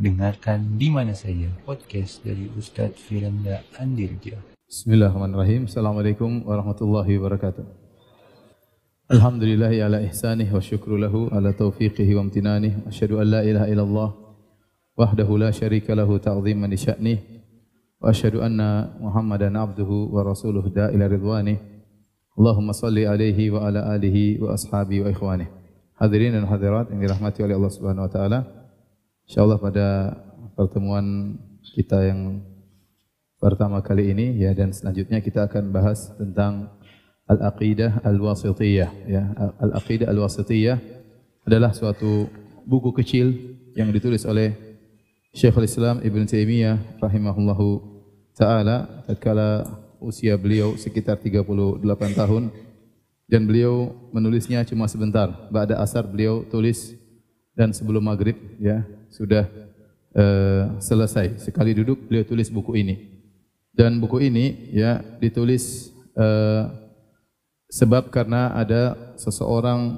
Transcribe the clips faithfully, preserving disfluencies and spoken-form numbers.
Dengarkan di mana saja podcast dari Ustadz Firanda Andirja. Bismillahirrahmanirrahim. Assalamualaikum warahmatullahi wabarakatuh. Alhamdulillahi ala ihsanih wa syukru lahu ala taufiqihi wa amtinanih. Asyhadu an la ilaha illallah wahdahu la syarika lahu ta'ziman li sya'nih. Wa asyhadu anna Muhammadan abduhu wa rasuluhu da'ila ridwanih. Allahumma salli alaihi wa ala alihi wa ashabihi wa ikhwanih. Hadirin dan hadirat yang dirahmati oleh Allah Subhanahu wa taala. Insyaallah pada pertemuan kita yang pertama kali ini ya, dan selanjutnya kita akan bahas tentang Al-Aqidah Al-Wasithiyah ya. Al-Aqidah Al-Wasithiyah adalah suatu buku kecil yang ditulis oleh Syekhul Islam Ibn Taimiyah rahimahullahu taala tatkala usia beliau sekitar tiga puluh delapan tahun, dan beliau menulisnya cuma sebentar. Ba'da asar beliau tulis dan sebelum maghrib ya sudah uh, selesai. Sekali duduk beliau tulis buku ini. Dan buku ini ya ditulis uh, sebab karena ada seseorang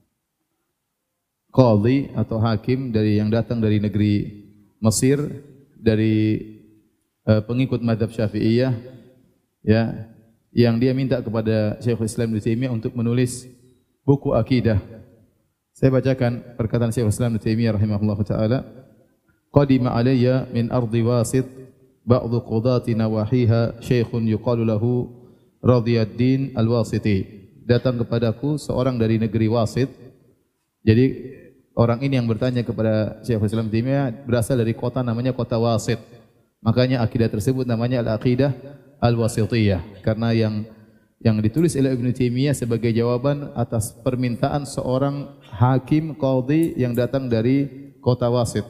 qadhi atau hakim dari yang datang dari negeri Mesir, dari uh, pengikut mazhab Syafi'iyah ya, yang dia minta kepada Syekhul Islam Ibnu Taimiyah untuk menulis buku akidah. Saya bacakan perkataan Syekhul Islam Ibnu Taimiyah rahimahullahu taala. Qadima alayya min ardi Wasit ba'dhu qudati nawahiha syekhun yuqalu lahu Radhiyaddin Al-Wasiti. Datang kepadaku seorang dari negeri Wasit. Jadi orang ini yang bertanya kepada Syekhul Islam Ibnu Taimiyah berasal dari kota namanya kota Wasit. Makanya akidah tersebut namanya Al-Aqidah Al-Wasithiyah, karena yang yang ditulis oleh Ibnu Taimiyah sebagai jawaban atas permintaan seorang hakim qadhi yang datang dari kota Wasit.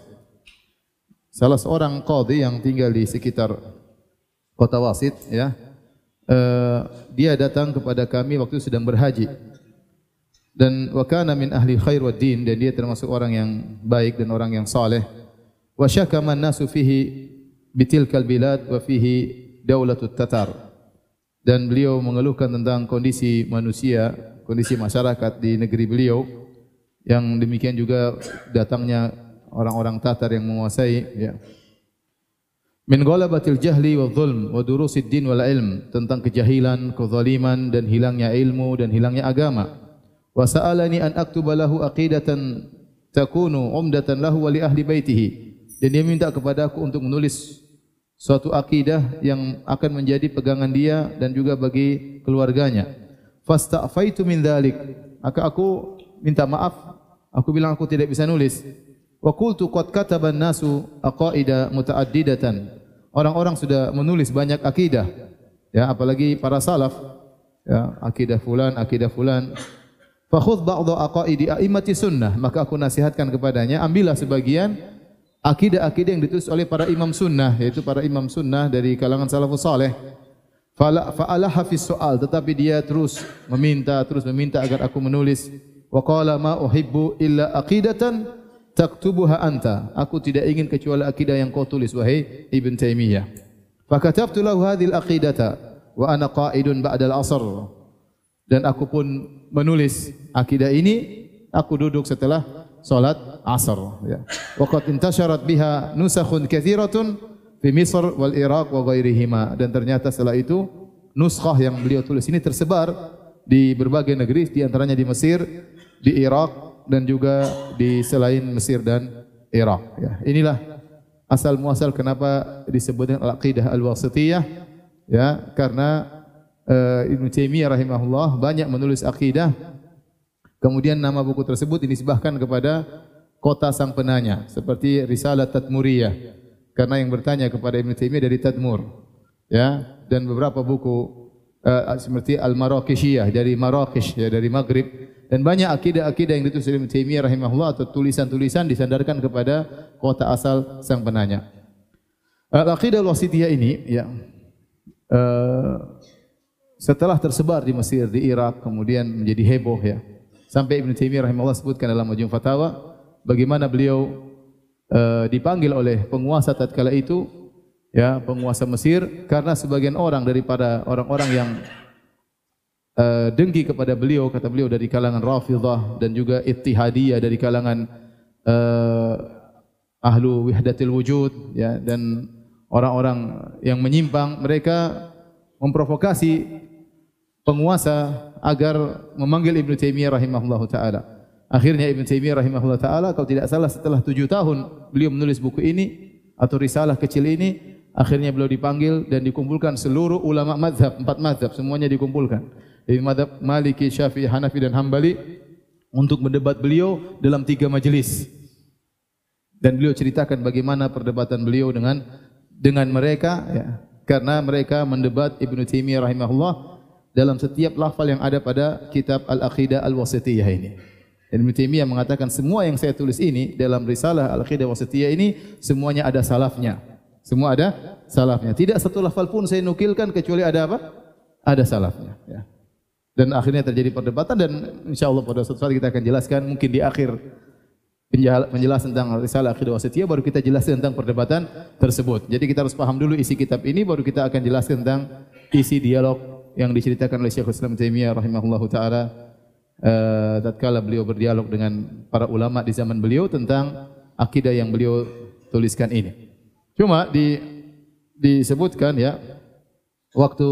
Salah seorang qadhi yang tinggal di sekitar kota Wasit ya, uh, dia datang kepada kami waktu sedang berhaji. Dan wa kana min ahli khair wad din, dan dia termasuk orang yang baik dan orang yang saleh. Wa syakama an-nasu fihi bitilkal bilad wa fihi daulatut Tatar. Dan beliau mengeluhkan tentang kondisi manusia, kondisi masyarakat di negeri beliau, yang demikian juga datangnya orang-orang Tatar yang menguasai ya. Min ghalabatil jahli wa dhulm wa durusid din wal ilm, tentang kejahilan, kezaliman dan hilangnya ilmu dan hilangnya agama. Wa sa'alani an aktuba lahu aqidatan takunu umdatan lahu wa li ahli baitihi. Dan dia minta kepada aku untuk menulis suatu akidah yang akan menjadi pegangan dia dan juga bagi keluarganya. Fasta'faitu min dzalik. Maka aku minta maaf, aku bilang aku tidak bisa nulis. Wa qultu qad kataba an-nasu aqaida muta'addidatan. Orang-orang sudah menulis banyak akidah. Ya, apalagi para salaf. Ya, akidah fulan, akidah fulan. Fa khudh ba'dha aqaidi a'immati sunnah. Maka aku nasihatkan kepadanya, ambillah sebagian akidah-akidah yang ditulis oleh para imam sunnah, yaitu para imam sunnah dari kalangan salafus saleh. Fa'ala hafiz soal, tetapi dia terus meminta, terus meminta agar aku menulis. Wa qala ma uhibbu illa aqidatan taktubuha anta. Aku tidak ingin kecuali akidah yang kau tulis, wahai Ibn Taimiyah. Fa katabtu lahu hadhil aqidata wa ana qa'idun ba'dal asr. Dan aku pun menulis akidah ini, aku duduk setelah salat asar ya. Waqad intasharat biha nusakhun katsiratun fi Misr wal Iraq wa ghairihima. Dan ternyata setelah itu nuskhah yang beliau tulis ini tersebar di berbagai negeri, di antaranya di Mesir, di Irak dan juga di selain Mesir dan Irak ya. Inilah asal muasal kenapa disebutkan Al-Aqidah Al-Wasithiyah ya, karena uh, Ibnu Taimiyah rahimahullah banyak menulis akidah. Kemudian nama buku tersebut dinisbahkan kepada kota sang penanya, seperti Risalah Tadmuriyah, karena yang bertanya kepada Ibnu Taimiyah dari Tadmur, ya, dan beberapa buku uh, seperti Al-Maraqishiyah dari Marrakesh, ya, dari Maghrib, dan banyak akidah-akidah yang ditulis oleh Ibnu Taimiyah rahimahullah atau tulisan-tulisan disandarkan kepada kota asal sang penanya. Al-Aqidah Al-Wasithiyah ini, ya, uh, setelah tersebar di Mesir, di Irak, kemudian menjadi heboh, ya. Sampai Ibnu Taimiyah rahimahullah sebutkan dalam Majmu' Fatawa bagaimana beliau uh, dipanggil oleh penguasa tatkala itu, ya, penguasa Mesir, karena sebagian orang daripada orang-orang yang uh, dengki kepada beliau, kata beliau, dari kalangan Rafidhah dan juga Ittihadiyah, dari kalangan uh, ahlu wahdatil wujud, ya, dan orang-orang yang menyimpang, mereka memprovokasi penguasa agar memanggil Ibnu Taimiyah rahimahullahu taala. Akhirnya Ibnu Taimiyah rahimahullahu taala, kalau tidak salah setelah tujuh tahun beliau menulis buku ini atau risalah kecil ini, akhirnya beliau dipanggil dan dikumpulkan seluruh ulama mazhab, empat mazhab semuanya dikumpulkan. Dari mazhab Maliki, Syafi'i, Hanafi dan Hambali untuk mendebat beliau dalam tiga majelis. Dan beliau ceritakan bagaimana perdebatan beliau dengan dengan mereka, ya, karena mereka mendebat Ibnu Taimiyah rahimahullah dalam setiap lafal yang ada pada kitab Al-Aqidah Al-Wasithiyah ini. Dan Ibnu Taimiyah mengatakan semua yang saya tulis ini dalam risalah Al-Aqidah Al-Wasithiyah ini semuanya ada salafnya. Semua ada salafnya. Tidak satu lafal pun saya nukilkan kecuali ada apa? Ada salafnya, ya. Dan akhirnya terjadi perdebatan dan insyaallah pada suatu saat kita akan jelaskan, mungkin di akhir penjelasan tentang risalah Aqidah Wasithiyah baru kita jelaskan tentang perdebatan tersebut. Jadi kita harus paham dulu isi kitab ini baru kita akan jelaskan tentang isi dialog yang diceritakan oleh Syekhul Islam Taimiyah rahimahullahu taala uh, tatkala beliau berdialog dengan para ulama di zaman beliau tentang akidah yang beliau tuliskan ini. Cuma di disebutkan, ya, waktu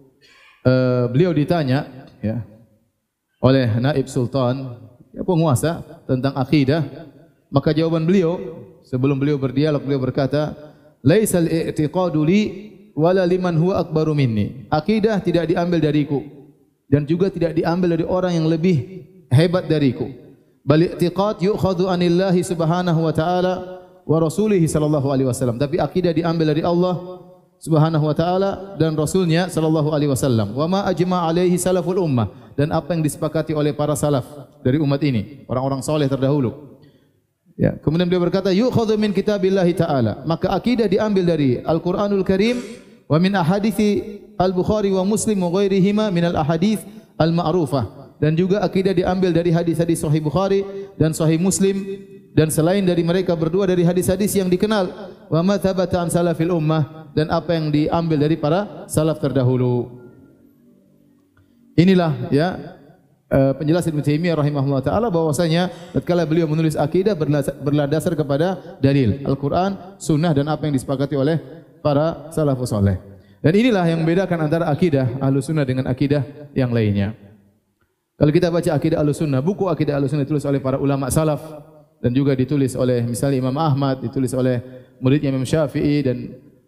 uh, beliau ditanya, ya, oleh naib sultan, ya, penguasa tentang akidah, maka jawaban beliau sebelum beliau berdialog, beliau berkata, laisal i'tiqadu li wala liman huwa akbaru minni. Akidah tidak diambil dariku dan juga tidak diambil dari orang yang lebih hebat dariku. Bal i'tiqad yu'khadhu anillahi subhanahu wa ta'ala wa rasulihi sallallahu alaihi wasallam. Tapi akidah diambil dari Allah subhanahu wa ta'ala dan rasulnya sallallahu alaihi wasallam. Wa ma ajma' alaihi salaful ummah, dan apa yang disepakati oleh para salaf dari umat ini, orang-orang saleh terdahulu. Ya, kemudian beliau berkata, yu'khadhu min kitabillahi ta'ala. Maka akidah diambil dari Al-Qur'anul Karim wa min ahadithi Al-Bukhari wa Muslim wa ghairihima min al-ahadits al-ma'rufah. Dan juga akidah diambil dari hadis-hadis Sahih Bukhari dan Sahih Muslim, dan selain dari mereka berdua dari hadis-hadis yang dikenal. Wa ma thabata an salafil ummah, dan apa yang diambil dari para salaf terdahulu. Inilah, ya, uh, penjelasan Ibnu Taimiyah rahimahullah taala bahwasanya tatkala beliau menulis akidah berlandasar kepada dalil Al-Qur'an, sunnah, dan apa yang disepakati oleh para salafus saleh. Dan inilah yang membedakan antara akidah Ahlussunnah dengan akidah yang lainnya. Kalau kita baca akidah Ahlussunnah, buku akidah Ahlussunnah ditulis oleh para ulama salaf dan juga ditulis oleh misalnya Imam Ahmad, ditulis oleh muridnya Imam Syafi'i dan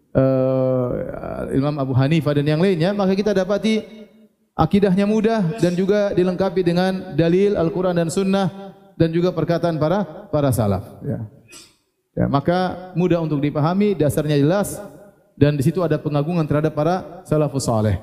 uh, Imam Abu Hanifah dan yang lainnya, maka kita dapati akidahnya mudah dan juga dilengkapi dengan dalil Al-Quran dan Sunnah dan juga perkataan para para salaf. Ya. Ya, maka mudah untuk dipahami, dasarnya jelas, dan di situ ada pengagungan terhadap para salafus saleh.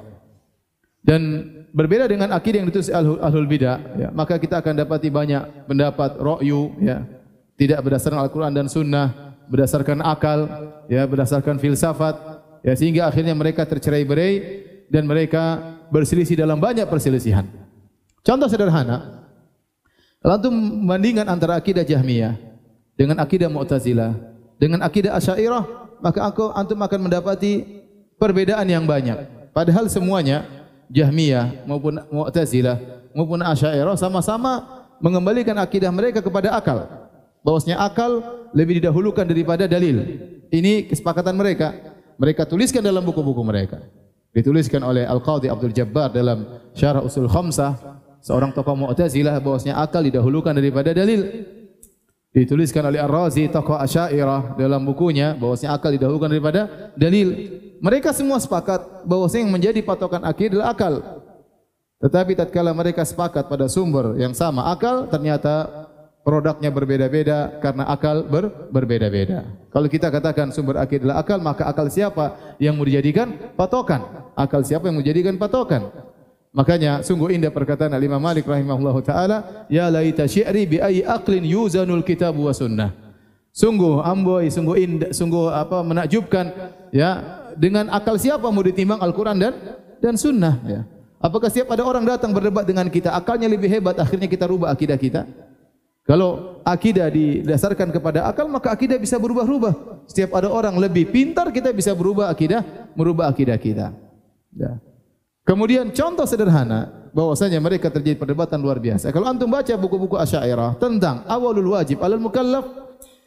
Dan berbeda dengan akidah yang ditulis ahlul bidah, ya, maka kita akan dapati banyak pendapat ra'yu, ya, tidak berdasarkan Al-Quran dan Sunnah, berdasarkan akal, ya, berdasarkan filsafat, ya, sehingga akhirnya mereka tercerai-berai dan mereka berselisih dalam banyak perselisihan. Contoh sederhana, kalau antum membandingkan antara akidah Jahmiyah dengan akidah Mu'tazilah dengan akidah Asy'ariyah, maka aku antum akan mendapati perbedaan yang banyak. Padahal semuanya Jahmiyah maupun Mu'tazilah maupun Asy'ariyah sama-sama mengembalikan akidah mereka kepada akal. Bahwasanya akal lebih didahulukan daripada dalil. Ini kesepakatan mereka. Mereka tuliskan dalam buku-buku mereka. Dituliskan oleh Al-Qadhi Abdul Jabbar dalam Syarah Usul Khamsah, seorang tokoh Mu'tazilah, bahwasanya akal didahulukan daripada dalil. Dituliskan oleh Ar-Razi, tokoh Asy'ariyah, dalam bukunya bahwasanya akal didahulukan daripada dalil. Mereka semua sepakat bahwasanya yang menjadi patokan akidah adalah akal. Tetapi tatkala mereka sepakat pada sumber yang sama akal, ternyata produknya berbeda-beda karena akal ber, berbeda-beda. Kalau kita katakan sumber akidah adalah akal, maka akal siapa yang mau dijadikan patokan? Akal siapa yang mau dijadikan patokan? Makanya sungguh indah perkataan Al-Imam Malik rahimahullahu taala, ya laita syi'ri bi ayyi aqlin yuzanul kitab wa sunnah. Sungguh amboi, sungguh indah, sungguh apa menakjubkan, ya, dengan akal siapa mau ditimbang Al-Qur'an dan dan sunnah, ya. Apakah setiap ada orang datang berdebat dengan kita, akalnya lebih hebat, akhirnya kita rubah akidah kita? Kalau akidah didasarkan kepada akal, maka akidah bisa berubah-ubah. Setiap ada orang lebih pintar, kita bisa berubah akidah, merubah akidah kita. Ya. Kemudian contoh sederhana bahwasanya mereka terjadi perdebatan luar biasa. Kalau antum baca buku-buku Asy'ariyah tentang awalul wajib alal mukallaf,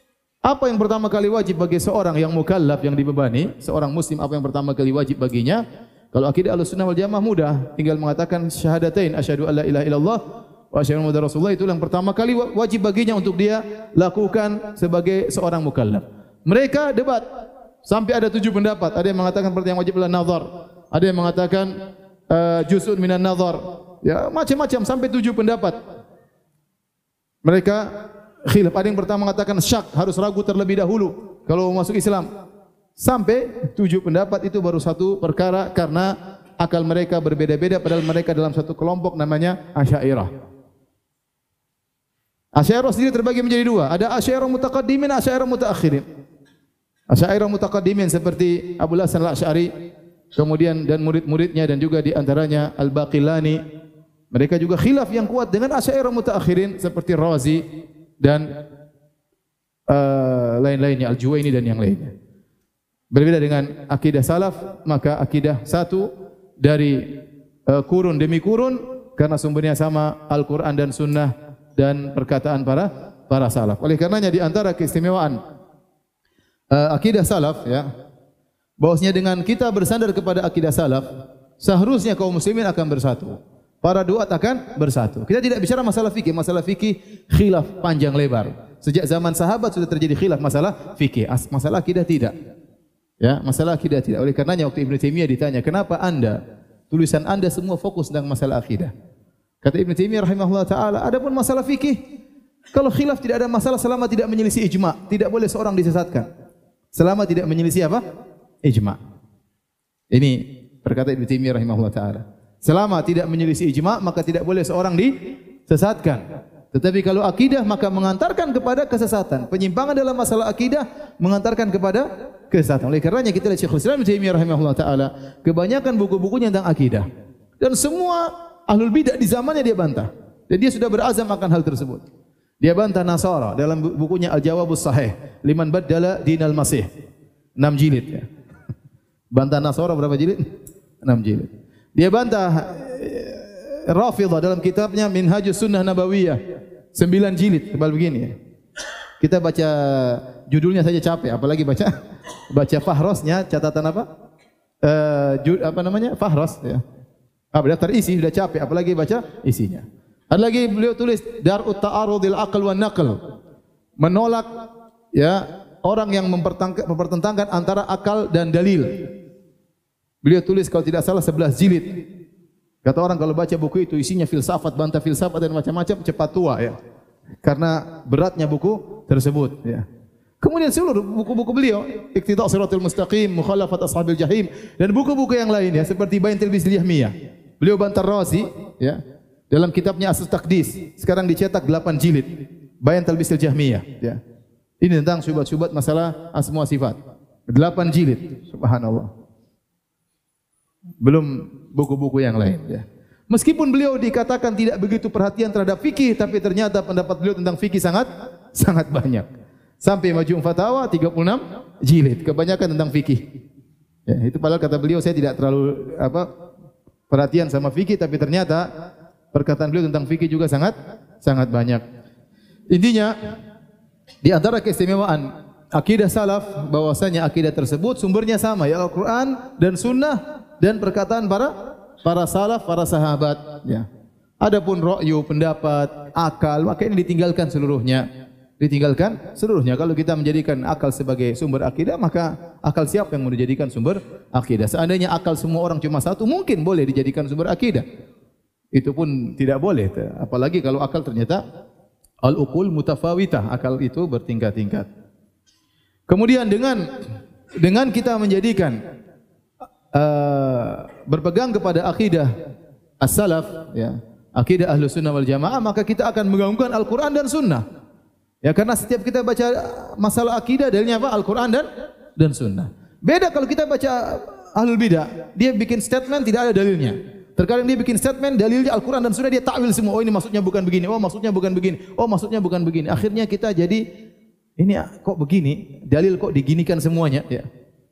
Apa yang pertama kali wajib bagi seorang yang mukallaf, yang dibebani, seorang muslim, apa yang pertama kali wajib baginya? Kalau akidah Ahlussunnah wal Jamaah mudah, tinggal mengatakan syahadatain, asyhadu alla ilaha illallah wa asyhadu anna muhammadar rasulullah, itu yang pertama kali wajib baginya untuk dia lakukan sebagai seorang mukallaf. Mereka debat sampai ada tujuh pendapat. Ada yang mengatakan perkara yang wajib adalah nazar, ada yang mengatakan uh, juz'un minan nazar. Ya, macam-macam sampai tujuh pendapat. Mereka khilaf. Ada yang pertama mengatakan syak, harus ragu terlebih dahulu kalau masuk Islam. Sampai tujuh pendapat itu baru satu perkara karena akal mereka berbeda-beda padahal mereka dalam satu kelompok namanya Asy'ariyah. Asy'ariyah sendiri terbagi menjadi dua. Ada Asy'ariyah mutaqaddimin, Asy'ariyah mutaakhirin. Asy'ariyah mutaqaddimin seperti Abu Hasan Al-Asy'ari, kemudian dan murid-muridnya dan juga di antaranya Al-Baqillani. Mereka juga khilaf yang kuat dengan Asy'ariyah mutaakhirin seperti Razi dan uh, lain-lainnya, Al-Juwaini dan yang lainnya. Berbeda dengan akidah salaf, maka akidah satu dari uh, kurun demi kurun karena sumbernya sama, Al-Quran dan Sunnah dan perkataan para para salaf. Oleh karenanya di antara keistimewaan uh, akidah salaf, ya, bahwasanya dengan kita bersandar kepada akidah salaf, seharusnya kaum muslimin akan bersatu. Para duat akan bersatu. Kita tidak bicara masalah fikih, masalah fikih khilaf panjang lebar. Sejak zaman sahabat sudah terjadi khilaf masalah fikih, masalah akidah tidak. Ya, masalah akidah tidak. Oleh karenanya waktu Ibnu Taimiyah ditanya, "Kenapa Anda tulisan Anda semua fokus tentang masalah akidah?" Kata Ibnu Taimiyah rahimahullah taala, adapun masalah fikih, kalau khilaf tidak ada masalah selama tidak menyelisih ijma', tidak boleh seorang disesatkan. Selama tidak menyelisih apa? Ijma'. Ini perkataan Ibnu Taimiyah rahimahullah taala. Selama tidak menyelisih ijma', maka tidak boleh seorang disesatkan. Tetapi kalau akidah maka mengantarkan kepada kesesatan. Penyimpangan dalam masalah akidah mengantarkan kepada kesesatan. Oleh karenanya kita lihat Syekhul Islam Ibnu Taimiyah rahimahullah taala, kebanyakan buku-bukunya tentang akidah. Dan semua ahlul bidah di zamannya dia bantah. Dan dia sudah berazam akan hal tersebut. Dia bantah Nasara dalam bukunya Al-Jawabus Sahih liman baddala dinal Masih. enam jilid ya. Bantah Nasara berapa jilid? enam jilid. Dia bantah Rafidhah dalam kitabnya Minhajus Sunnah Nabawiyah, sembilan jilid, tebal begini ya. Kita baca judulnya saja capek, apalagi baca baca fahrosnya, catatan apa? Uh, jud, apa namanya? Fahros ya. Ah, daftar isi sudah capek, apalagi baca isinya. Ada lagi beliau tulis Dar'ut Ta'arudil Aql wan Naql. Menolak ya orang yang mempertentangkan antara akal dan dalil. Beliau tulis kalau tidak salah sebelas jilid. Kata orang kalau baca buku itu isinya filsafat, bantah filsafat dan macam-macam, cepat tua ya. Karena beratnya buku tersebut ya. Kemudian seluruh buku-buku beliau, Iqtida' Shiratal Mustaqim, Mukhalafat Ashabil Jahim dan buku-buku yang lain ya seperti Bayan Talbis Jahmiyah. Beliau bantah Razi ya dalam kitabnya Aslul Taqdis, sekarang dicetak delapan jilid. Bayan Talbis Jahmiyah ya. Ini tentang syubhat-syubhat masalah asma sifat. delapan jilid. Subhanallah. Belum buku-buku yang lain ya. Meskipun beliau dikatakan tidak begitu perhatian terhadap fikih, tapi ternyata pendapat beliau tentang fikih sangat sangat banyak. Sampai Majmu' Fatawa tiga puluh enam jilid, kebanyakan tentang fikih. Ya, itu padahal kata beliau saya tidak terlalu apa perhatian sama fikih, tapi ternyata perkataan beliau tentang fikih juga sangat sangat banyak. Intinya di antara keistimewaan akidah salaf bahwasanya akidah tersebut sumbernya sama ya Al-Qur'an dan Sunnah dan perkataan para para salaf, para sahabat ya. Adapun ra'yu, pendapat, akal, maka ini ditinggalkan seluruhnya. Ditinggalkan seluruhnya. Kalau kita menjadikan akal sebagai sumber akidah, maka akal siapa yang mau dijadikan sumber akidah? Seandainya akal semua orang cuma satu, mungkin boleh dijadikan sumber akidah. Itu pun tidak boleh. Apalagi kalau akal ternyata al-uqul mutafawitah, akal itu bertingkat-tingkat. Kemudian dengan dengan kita menjadikan Uh, berpegang kepada akidah as-salaf ya, akidah Ahlus Sunnah wal Jamaah, maka kita akan menggabungkan Al-Qur'an dan Sunnah. Ya, karena setiap kita baca masalah akidah dalilnya apa? Al-Qur'an dan dan Sunnah. Beda kalau kita baca Ahlul Bidah, dia bikin statement tidak ada dalilnya. Terkadang dia bikin statement dalilnya Al-Qur'an dan Sunnah, dia takwil semua. Oh ini maksudnya bukan begini. Oh maksudnya bukan begini. Oh maksudnya bukan begini. Akhirnya kita jadi ini kok begini, dalil kok diginikan semuanya ya.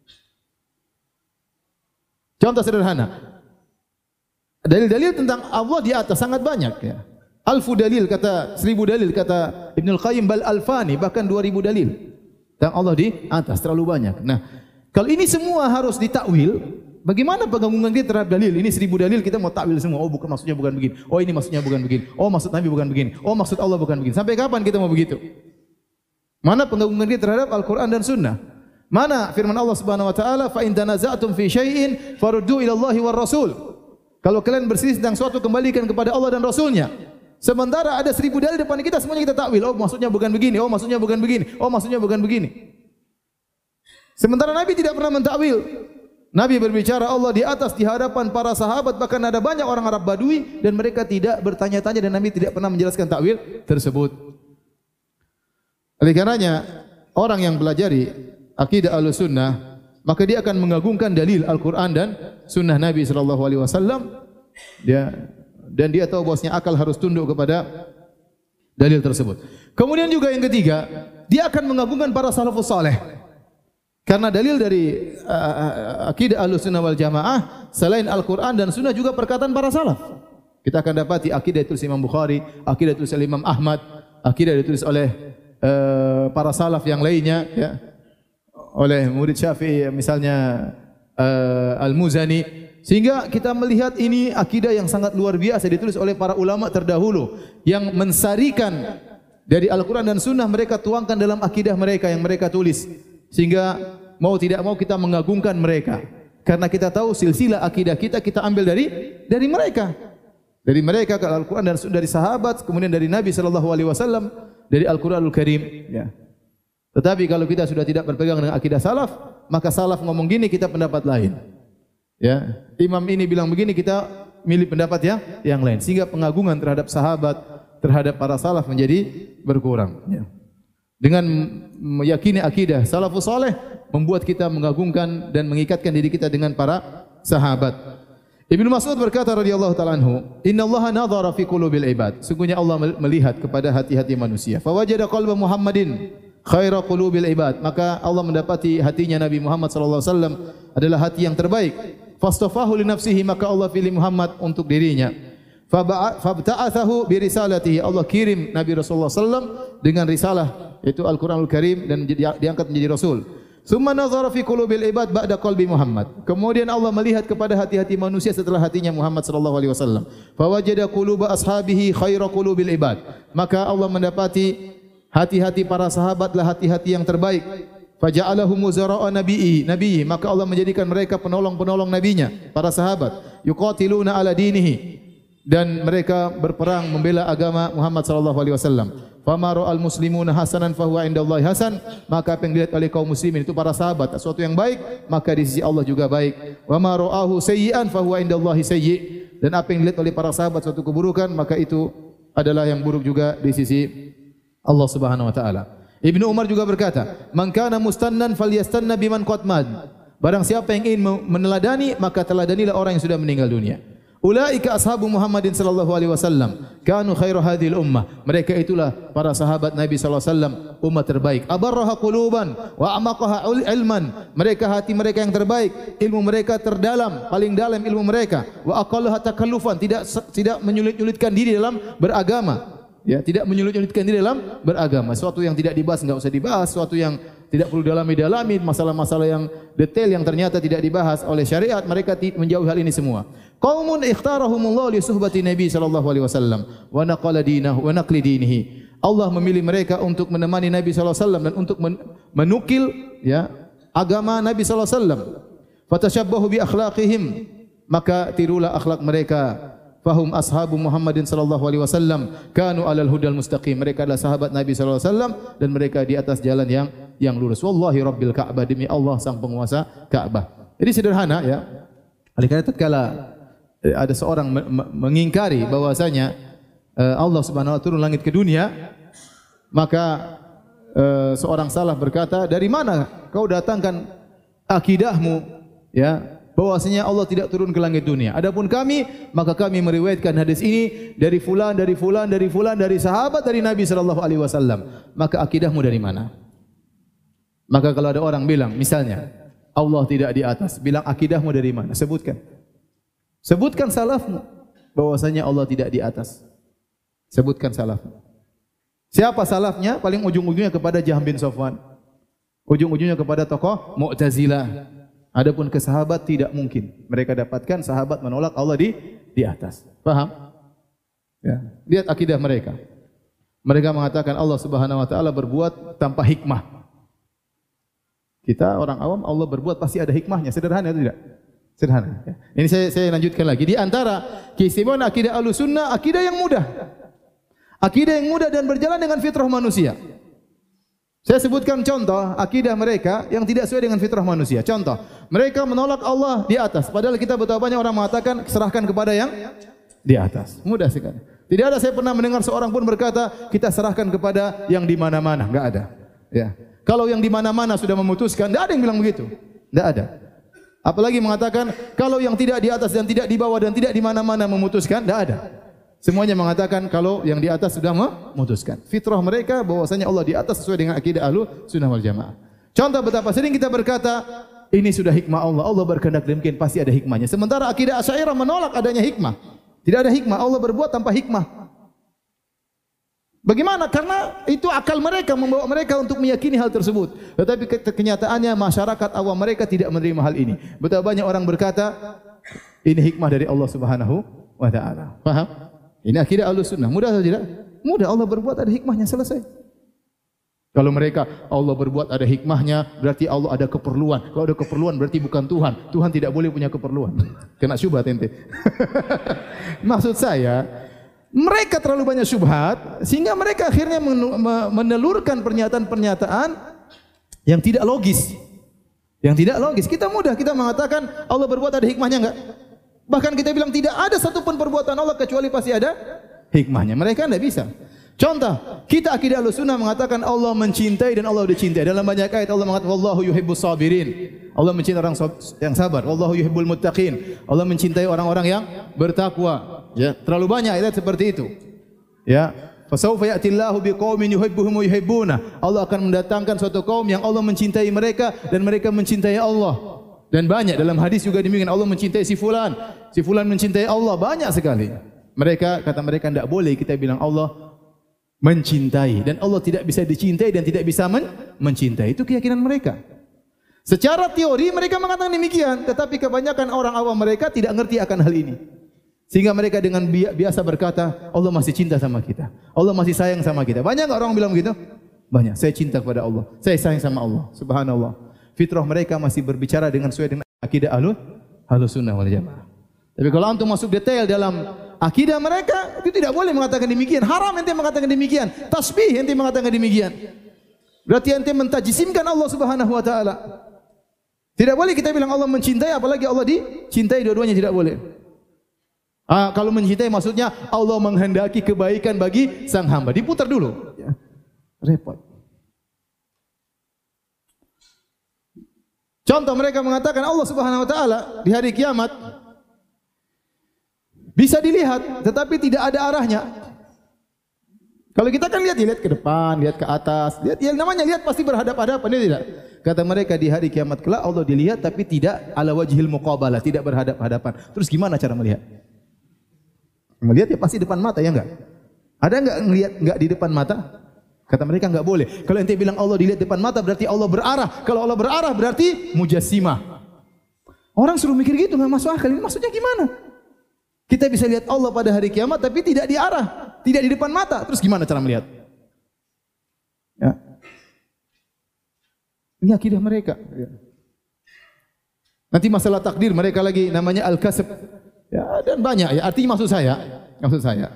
Contoh sederhana. Dalil-dalil tentang Allah di atas sangat banyak ya. Alfu dalil kata seribu dalil kata Ibnul Qayyim, bal alfani bahkan dua ribu dalil. Tentang Allah di atas terlalu banyak. Nah, kalau ini semua harus ditakwil, bagaimana pengagungan kita terhadap dalil? Ini seribu dalil kita mau takwil semua. Oh, bukan maksudnya bukan begini. Oh, ini maksudnya bukan begini. Oh, maksud Nabi bukan begini. Oh, maksud Allah bukan begini. Sampai kapan kita mau begitu? Mana pengagungan kita terhadap Al-Qur'an dan Sunnah? Mana firman Allah Subhanahu wa taala, "Fa in tanaza'tum fi syai'in faruddu ila Allahi war Rasul." Kalau kalian berselisih tentang suatu, kembalikan kepada Allah dan Rasulnya. Sementara ada seribu dalil depan kita, semuanya kita takwil. Oh, maksudnya bukan begini. Oh, maksudnya bukan begini. Oh, maksudnya bukan begini. Sementara Nabi tidak pernah mentakwil. Nabi berbicara Allah di atas di hadapan para sahabat, bahkan ada banyak orang Arab Badui dan mereka tidak bertanya-tanya dan Nabi tidak pernah menjelaskan takwil tersebut. Oleh karenanya, orang yang pelajari akidah Ahlussunnah, maka dia akan mengagungkan dalil Al-Qur'an dan sunnah Nabi sallallahu alaihi wasallam. Dia dan dia tahu bahwasanya akal harus tunduk kepada dalil tersebut. Kemudian juga yang ketiga, dia akan mengagungkan para salafus saleh. Karena dalil dari uh, akidah Ahlussunnah wal Jamaah selain Al-Qur'an dan sunnah juga perkataan para salaf. Kita akan dapati akidah ditulis Imam Bukhari, akidah ditulis oleh Imam Ahmad, akidah ditulis oleh uh, para salaf yang lainnya, ya. Oleh murid Syafi'i misalnya uh, Al-Muzani. Sehingga kita melihat ini akidah yang sangat luar biasa ditulis oleh para ulama terdahulu yang mensarikan dari Al-Qur'an dan sunnah, mereka tuangkan dalam akidah mereka yang mereka tulis. Sehingga mau tidak mau kita mengagungkan mereka. Karena kita tahu silsilah akidah kita kita ambil dari dari mereka. Dari mereka ke Al-Qur'an dan sunnah, dari sahabat, kemudian dari Nabi sallallahu alaihi wasallam, dari Al-Qur'anul Karim, ya. Tetapi kalau kita sudah tidak berpegang dengan akidah salaf, maka salaf ngomong gini, kita pendapat lain. Ya, imam ini bilang begini, kita milih pendapat yang yang lain, sehingga pengagungan terhadap sahabat, terhadap para salaf menjadi berkurang. Ya. Dengan meyakini akidah salafus saleh membuat kita mengagungkan dan mengikatkan diri kita dengan para sahabat. Ibnu Mas'ud berkata radhiyallahu taala anhu, "Innallaha nadhara fi qulubil ibad." Sungguhnya Allah melihat kepada hati-hati manusia. Fa wajada qalba Muhammadin khaira qulubil ibad. Maka Allah mendapati hatinya Nabi Muhammad sallallahu alaihi wasallam adalah hati yang terbaik. Fastafahu li nafsihi, maka Allah pilih Muhammad untuk dirinya. Fabta'athahu bi risalatihi, Allah kirim Nabi Rasulullah sallallahu alaihi wasallam dengan risalah, yaitu Al-Qur'anul Karim, dan diangkat menjadi rasul. Summa nazara fi qulubil ibad ba'da qalbi Muhammad. Kemudian Allah melihat kepada hati-hati manusia setelah hatinya Muhammad sallallahu alaihi wasallam. Fa wajada quluba ashabihi khaira qulubil ibad. Maka Allah mendapati hati-hati para sahabatlah hati-hati yang terbaik. Faja'alahum muzara'a nabiyyi nabiyyi, maka Allah menjadikan mereka penolong-penolong nabinya, para sahabat. Yuqatiluna ala dinihi, dan mereka berperang membela agama Muhammad sallallahu alaihi wasallam. Fama ra'al muslimuna hasanan fahuwa indallahi hasan, maka apa yang dilihat oleh kaum muslimin itu para sahabat sesuatu yang baik, maka di sisi Allah juga baik. Wa ma ra'ahu sayyi'an fahuwa indallahi sayyi', dan apa yang dilihat oleh para sahabat suatu keburukan, maka itu adalah yang buruk juga di sisi Allah Subhanahu wa taala. Ibnu Umar juga berkata, "Man kana mustannan falyastanna biman qad mad." Barang siapa yang ingin meneladani, maka teladanilah orang yang sudah meninggal dunia. Ulaika ashabu Muhammadin sallallahu alaihi wasallam, kanu khairu hadhil ummah. Mereka itulah para sahabat Nabi sallallahu alaihi wasallam, umat terbaik. Abarraha quluban wa amaqaha ilman. Mereka hati mereka yang terbaik, ilmu mereka terdalam, paling dalam ilmu mereka. Wa aqallaha takallufan, tidak tidak menyulit-nyulitkan diri dalam beragama. Ya, tidak menyulit-nyulitkan diri dalam beragama. Sesuatu yang tidak dibahas enggak usah dibahas, sesuatu yang tidak perlu dalami-dalami, masalah-masalah yang detail yang ternyata tidak dibahas oleh syariat, mereka menjauhi hal ini semua. Qaumun ikhtarahumullah li suhbati Nabi sallallahu alaihi wasallam wa naqala dinahu wa naqli dinihi. Allah memilih mereka untuk menemani Nabi sallallahu alaihi wasallam dan untuk menukil, ya, agama Nabi sallallahu alaihi wasallam. Fatashabbahu bi akhlaqihim, maka tirulah akhlak mereka. Fahum ashabu Muhammadin sallallahu alaihi wasallam, kanu alal hudal mustaqim. Mereka adalah sahabat Nabi sallallahu alaihi wasallam dan mereka di atas jalan yang yang lurus. Wallahi rabbil Ka'bah, demi Allah sang penguasa Ka'bah. Jadi sederhana, ya. Oleh karena tatkala ada seorang mengingkari bahwasanya Allah Subhanahu wa taala turun langit ke dunia, maka seorang salaf berkata, "Dari mana kau datangkan akidahmu, ya, bahwasanya Allah tidak turun ke langit dunia? Adapun kami, maka kami meriwayatkan hadis ini dari fulan, dari fulan, dari fulan, dari sahabat dari Nabi sallallahu alaihi wasallam. Maka akidahmu dari mana?" Maka kalau ada orang bilang, misalnya Allah tidak di atas, bilang akidahmu dari mana? Sebutkan. Sebutkan salafmu bahwasanya Allah tidak di atas. Sebutkan salafmu. Siapa salafnya? Paling ujung-ujungnya kepada Jahm bin Safwan. ujung-ujungnya kepada tokoh Mu'tazilah. Adapun ke sahabat tidak mungkin. Mereka dapatkan sahabat menolak Allah di di atas. Paham? Ya. Lihat akidah mereka. Mereka mengatakan Allah Subhanahu wa taala berbuat tanpa hikmah. Kita orang awam Allah berbuat pasti ada hikmahnya. Sederhana atau tidak? Sederhana. Ya. Ini saya saya lanjutkan lagi. Di antara keistimewaan akidah Ahlussunnah, akidah yang mudah. Akidah yang mudah dan berjalan dengan fitrah manusia. Saya sebutkan contoh akidah mereka yang tidak sesuai dengan fitrah manusia. Contoh, mereka menolak Allah di atas. Padahal kita betapa banyak orang mengatakan serahkan kepada yang di atas. Mudah sekali. Tidak ada saya pernah mendengar seorang pun berkata kita serahkan kepada yang di mana-mana. Enggak ada. Ya. Kalau yang di mana-mana sudah memutuskan, tidak ada yang bilang begitu. Tidak ada. Apalagi mengatakan kalau yang tidak di atas dan tidak di bawah dan tidak di mana-mana memutuskan, tidak ada. Semuanya mengatakan kalau yang di atas sudah memutuskan. Fitrah mereka bahwasanya Allah di atas sesuai dengan akidah Ahlussunnah wal Jamaah. Contoh betapa sering kita berkata, ini sudah hikmah Allah. Allah berkehendak demikian, pasti ada hikmahnya. Sementara akidah Asy'ariyah menolak adanya hikmah. Tidak ada hikmah, Allah berbuat tanpa hikmah. Bagaimana? Karena itu akal mereka membawa mereka untuk meyakini hal tersebut. Tetapi kenyataannya masyarakat awam mereka tidak menerima hal ini. Betapa banyak orang berkata, ini hikmah dari Allah Subhanahu wa taala. Paham? Ini akidah Ahlussunnah. Mudah atau tidak? Mudah. Allah berbuat ada hikmahnya, selesai. Kalau mereka Allah berbuat ada hikmahnya, berarti Allah ada keperluan. Kalau ada keperluan berarti bukan Tuhan. Tuhan tidak boleh punya keperluan. Kena syubhat ente. Maksud saya, mereka terlalu banyak syubhat sehingga mereka akhirnya menelurkan pernyataan-pernyataan yang tidak logis. Yang tidak logis. Kita mudah kita mengatakan Allah berbuat ada hikmahnya enggak? Bahkan kita bilang tidak ada satupun perbuatan Allah kecuali pasti ada hikmahnya. Mereka tidak bisa. Contoh, kita akidah Ahlussunnah mengatakan Allah mencintai dan Allah dicintai. Dalam banyak ayat Allah mengatakan wallahu yuhibbus sabirin. Allah mencintai orang yang sabar. Wallahu yuhibbul muttaqin. Allah mencintai orang-orang yang bertakwa. Ya, terlalu banyak ayat seperti itu. Ya, fasawfa ya'tillahu biqaumin yuhibbuhum wa yuhibbuna. Allah akan mendatangkan suatu kaum yang Allah mencintai mereka dan mereka mencintai Allah. Dan banyak dalam hadis juga demikian, Allah mencintai si fulan, si fulan mencintai Allah, banyak sekali. Mereka kata mereka tidak boleh kita bilang Allah mencintai dan Allah tidak bisa dicintai dan tidak bisa men mencintai. Itu keyakinan mereka. Secara teori mereka mengatakan demikian, tetapi kebanyakan orang awam mereka tidak ngerti akan hal ini. Sehingga mereka dengan biasa berkata, Allah masih cinta sama kita. Allah masih sayang sama kita. Banyak enggak orang bilang begitu? Banyak. Saya cinta kepada Allah. Saya sayang sama Allah. Subhanallah. Fitrah mereka masih berbicara dengan sesuai dengan akidah Ahlussunnah wal Jamaah. Tapi kalau antum masuk detail dalam akidah mereka, itu tidak boleh mengatakan demikian. Haram ente mengatakan demikian. Tasbih ente mengatakan demikian. Berarti ente mentajisimkan Allah Subhanahu wa taala. Tidak boleh kita bilang Allah mencintai apalagi Allah dicintai, dua-duanya tidak boleh. Ah, kalau mencintai maksudnya Allah menghendaki kebaikan bagi sang hamba. Diputar dulu. Ya. Repot. Contoh mereka mengatakan Allah Subhanahu wa taala di hari kiamat bisa dilihat tetapi tidak ada arahnya. Kalau kita kan lihat lihat ke depan, lihat ke atas, lihat yang namanya lihat pasti berhadap-hadapan, tidak? Kata mereka di hari kiamat kelak Allah dilihat tapi tidak ala wajhil muqabalah, tidak berhadap-hadapan. Terus gimana cara melihat? Melihat ya pasti depan mata, ya enggak? Ada enggak ngelihat enggak di depan mata? Kata mereka enggak boleh. Kalau ente bilang Allah dilihat depan mata berarti Allah berarah. Kalau Allah berarah berarti mujassimah. Orang suruh mikir gitu enggak masuk akal. Ini maksudnya gimana? Kita bisa lihat Allah pada hari kiamat tapi tidak di arah, tidak di depan mata. Terus gimana cara melihat? Ya. Ini akidah mereka. Ya. Nanti masalah takdir mereka lagi namanya al-kasb. Ya, dan banyak ya. Artinya maksud saya, maksud saya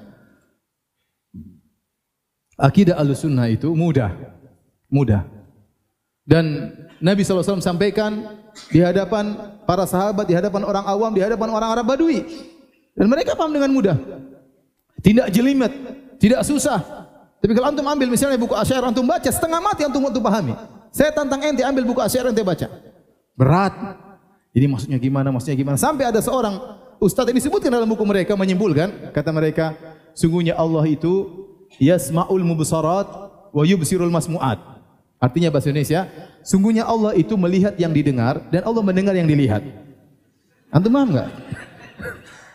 akidah Ahlussunnah itu mudah, mudah. Dan Nabi shallallahu alaihi wasallam sampaikan di hadapan para sahabat, di hadapan orang awam, di hadapan orang Arab Badui. Dan mereka paham dengan mudah. Tidak jelimet, tidak susah. Tapi kalau antum ambil misalnya buku Asy'ariyah antum baca, setengah mati antum untuk pahami. Saya tantang ente ambil buku Asy'ariyah ente baca. Berat. Ini maksudnya gimana, maksudnya gimana. Sampai ada seorang ustaz yang disebutkan dalam buku mereka menyimpulkan, kata mereka, sungguhnya Allah itu yasma'ul mubsarat wa yubsirul masmu'at. Artinya bahasa Indonesia, sungguhnya Allah itu melihat yang didengar dan Allah mendengar yang dilihat. Antum paham enggak?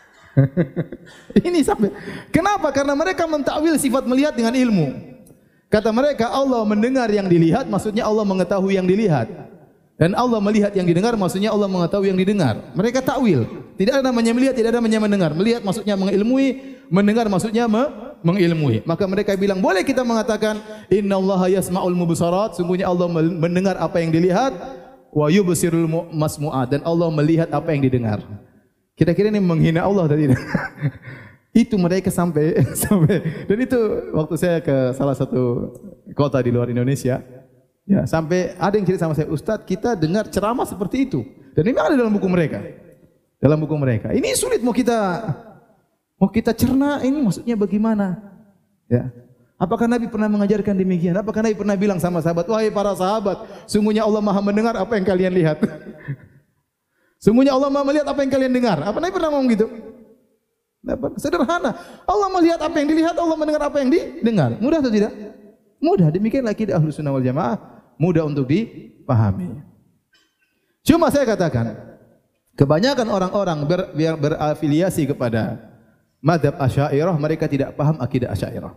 Ini sampai kenapa? Karena mereka mentakwil sifat melihat dengan ilmu. Kata mereka Allah mendengar yang dilihat, maksudnya Allah mengetahui yang dilihat. Dan Allah melihat yang didengar, maksudnya Allah mengetahui yang didengar. Mereka takwil. Tidak ada namanya melihat, tidak ada namanya mendengar. Melihat maksudnya mengilmui, mendengar maksudnya me mengilmui. Maka mereka bilang, boleh kita mengatakan innallaha yasma'ul mubsarat, sungguhnya Allah mendengar apa yang dilihat, wa yubsirul masmu'at, dan Allah melihat apa yang didengar. Kira-kira ini menghina Allah tadi. Itu mereka sampai sampai dan itu waktu saya ke salah satu kota di luar Indonesia, ya, sampai ada yang cerita sama saya, Ustadz, kita dengar ceramah seperti itu. Dan ini ada dalam buku mereka. Dalam buku mereka. Ini sulit mau kita mau kita cerna, ini maksudnya bagaimana? Ya. Apakah Nabi pernah mengajarkan demikian? Apakah Nabi pernah bilang sama sahabat, wahai para sahabat, sungguhnya Allah Maha mendengar apa yang kalian lihat. Sungguhnya Allah Maha melihat apa yang kalian dengar. Apa Nabi pernah ngomong gitu? Sederhana. Allah melihat apa yang dilihat, Allah mendengar apa yang didengar. Mudah atau tidak? Mudah. Demikianlah akidah Ahlus Sunnah wal Jamaah, mudah untuk dipahami. Cuma saya katakan, kebanyakan orang-orang ber, ber, berafiliasi kepada mazhab Asy'ariyah, mereka tidak paham akidah Asy'ariyah.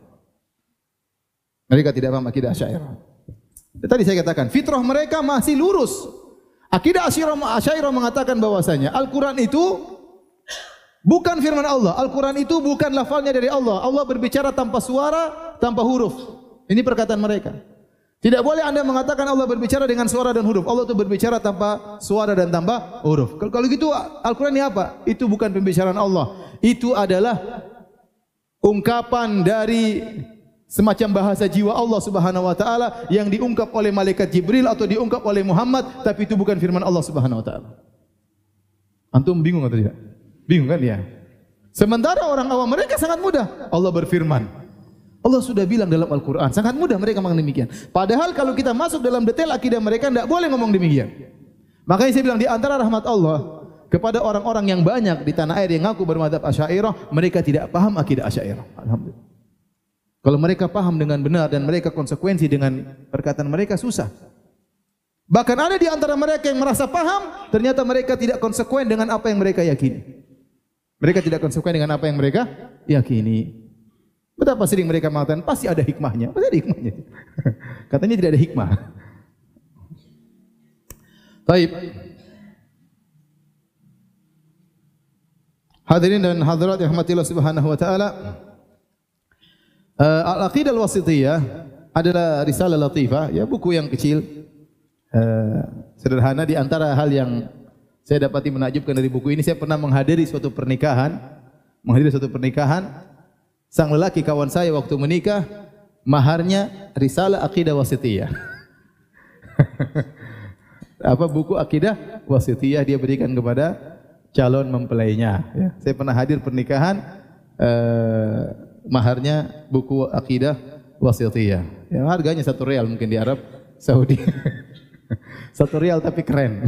Mereka tidak paham akidah Asy'ariyah. Tadi saya katakan, fitrah mereka masih lurus. Akidah Asy'ariyah mengatakan bahwasanya Al-Qur'an itu bukan firman Allah. Al-Quran itu bukan lafalnya dari Allah. Allah berbicara tanpa suara, tanpa huruf. Ini perkataan mereka. Tidak boleh Anda mengatakan Allah berbicara dengan suara dan huruf. Allah itu berbicara tanpa suara dan tanpa huruf. Kalau gitu Al-Quran ini apa? Itu bukan pembicaraan Allah. Itu adalah ungkapan dari semacam bahasa jiwa Allah Subhanahu wa taala yang diungkap oleh malaikat Jibril atau diungkap oleh Muhammad, tapi itu bukan firman Allah Subhanahu wa taala. Antum bingung atau tidak? Bingung kan ya? Sementara orang awam mereka sangat mudah. Allah berfirman. Allah sudah bilang dalam Al-Quran. Sangat mudah mereka mengatakan demikian. Padahal kalau kita masuk dalam detail akidah mereka, tidak boleh ngomong demikian. Makanya saya bilang di antara rahmat Allah kepada orang-orang yang banyak di tanah air yang ngaku bermadzhab Asy'ariyah, mereka tidak paham akidah Asy'ariyah. Alhamdulillah. Kalau mereka paham dengan benar dan mereka konsekuensi dengan perkataan mereka, susah. Bahkan ada di antara mereka yang merasa paham, ternyata mereka tidak konsekuen dengan apa yang mereka yakini. Mereka tidak konsekuen dengan apa yang mereka yakini. Betapa sering mereka mengatakan pasti ada hikmahnya. Pasti ada hikmahnya. Katanya tidak ada hikmah. Baik. Hadirin dan hadirat yang rahmatillah subhanahu wa ta'ala. Uh, Al-Aqidah Al-Wasithiyah adalah risalah latifah, ya, buku yang kecil, uh, sederhana. Di antara hal yang saya dapati menakjubkan dari buku ini, saya pernah menghadiri suatu pernikahan, menghadiri suatu pernikahan. Sang lelaki kawan saya waktu menikah, maharnya risalah Aqidah Wasithiyah. Apa buku Aqidah Wasithiyah dia berikan kepada calon mempelainya. Ya. Saya pernah hadir pernikahan, eh, maharnya buku Aqidah Wasithiyah. Ya, harganya satu real mungkin di Arab Saudi. Satu real tapi keren.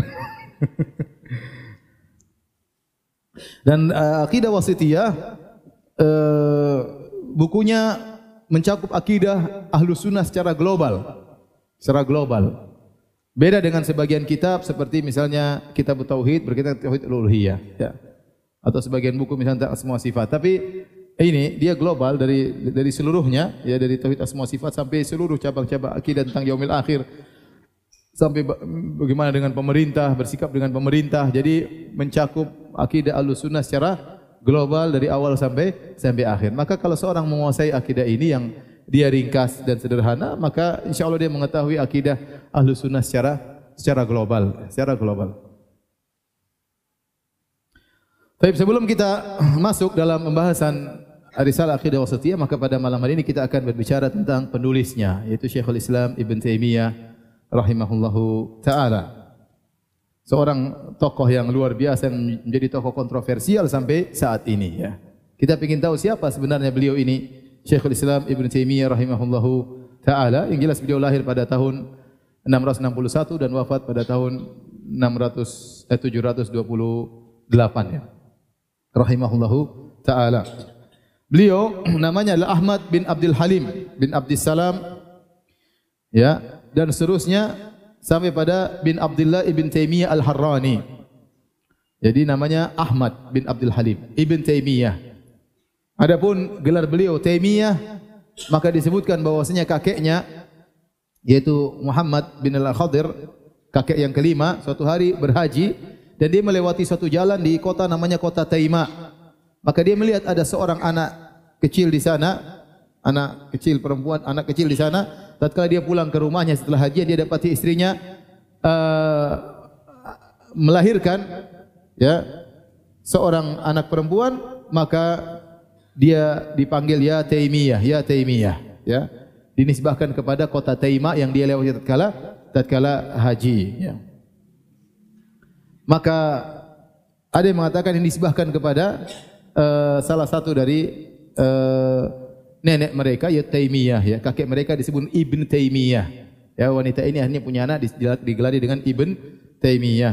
Dan uh, Aqidah Wasithiyah uh, bukunya mencakup akidah Ahlus Sunnah secara global. Secara global. Beda dengan sebagian kitab seperti misalnya kitab Tauhid berkaitan tauhid uluhiyah, ya. Atau sebagian buku misalnya Asma Sifat. Tapi ini dia global dari dari seluruhnya, ya, dari tauhid Asma Sifat sampai seluruh cabang-cabang akidah tentang yaumil akhir. Sampai bagaimana dengan pemerintah, bersikap dengan pemerintah. Jadi mencakup akidah Ahlussunnah secara global dari awal sampai sampai akhir. Maka kalau seorang menguasai akidah ini yang dia ringkas dan sederhana, maka insya Allah dia mengetahui akidah Ahlussunnah secara secara global, secara global. Baik, sebelum kita masuk dalam pembahasan risalah Aqidah Wasithiyah, maka pada malam hari ini kita akan berbicara tentang penulisnya, yaitu Syekhul Islam Ibn Taimiyah rahimahullahu ta'ala. Seorang tokoh yang luar biasa yang menjadi tokoh kontroversial sampai saat ini, ya. Kita ingin tahu siapa sebenarnya beliau ini, Syekhul Islam Ibn Taimiyah rahimahullahu ta'ala. Yang jelas beliau lahir pada tahun enam ratus enam puluh satu dan wafat pada tahun enam ratus, eh, tujuh ratus dua puluh delapan, ya. Rahimahullahu ta'ala. Beliau namanya adalah Ahmad bin Abdul Halim bin Abdissalam, ya, dan seterusnya sampai pada bin Abdullah ibn Taimiyah al-Harrani. Jadi namanya Ahmad bin Abdul Halim ibn Taimiyah. Adapun gelar beliau Taimiyah maka disebutkan bahwasanya kakeknya yaitu Muhammad bin Al-Khadir, kakek yang kelima, suatu hari berhaji dan dia melewati suatu jalan di kota namanya kota Taima. Maka dia melihat ada seorang anak kecil di sana, anak kecil perempuan, anak kecil di sana. Tatkala dia pulang ke rumahnya setelah haji, dia dapati istrinya uh, melahirkan ya seorang anak perempuan, maka dia dipanggil ya Taimiyah, ya Taimiyah, ya. Dinisbahkan kepada kota Taima yang dia lewati tatkala tatkala haji, ya. Maka ada yang mengatakan dinisbahkan kepada uh, salah satu dari uh, nenek mereka ya Taimiyah, ya. Kakek mereka disebut Ibn Taimiyah. Ya, wanita ini akhirnya punya anak digelari dengan Ibn Taimiyah.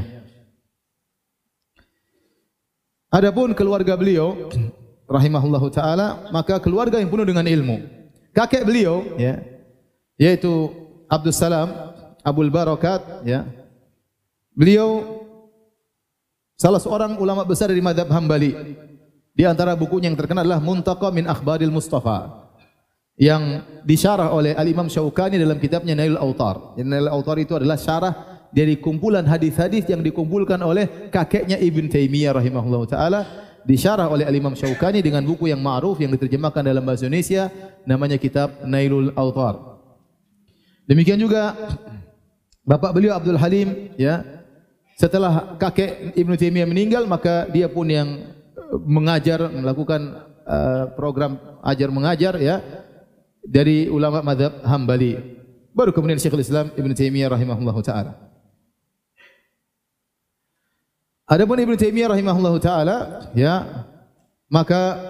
Adapun keluarga beliau rahimahullahu taala, maka keluarga yang penuh dengan ilmu. Kakek beliau ya, yaitu Abdul Salam Abul Barakat, ya. Beliau salah seorang ulama besar dari mazhab Hambali. Di antara bukunya yang terkenal adalah Muntaqa min Akhbaril Mustafa, yang disyarah oleh Al-Imam Syaukani dalam kitabnya Nailul Autar. Nailul Autar itu adalah syarah dari kumpulan hadis-hadis yang dikumpulkan oleh kakeknya Ibn Taimiyah rahimahullahu taala, disyarah oleh Al-Imam Syaukani dengan buku yang ma'ruf yang diterjemahkan dalam bahasa Indonesia, namanya kitab Nailul Autar. Demikian juga bapak beliau Abdul Halim, ya. Setelah kakek Ibn Taimiyah meninggal, maka dia pun yang mengajar, melakukan uh, program ajar mengajar, ya, dari ulama mazhab Hambali. Baru kemudian Syekhul Islam Ibn Taimiyah rahimahullahu taala. Adapun Ibnu Taimiyah rahimahullahu taala, ya, maka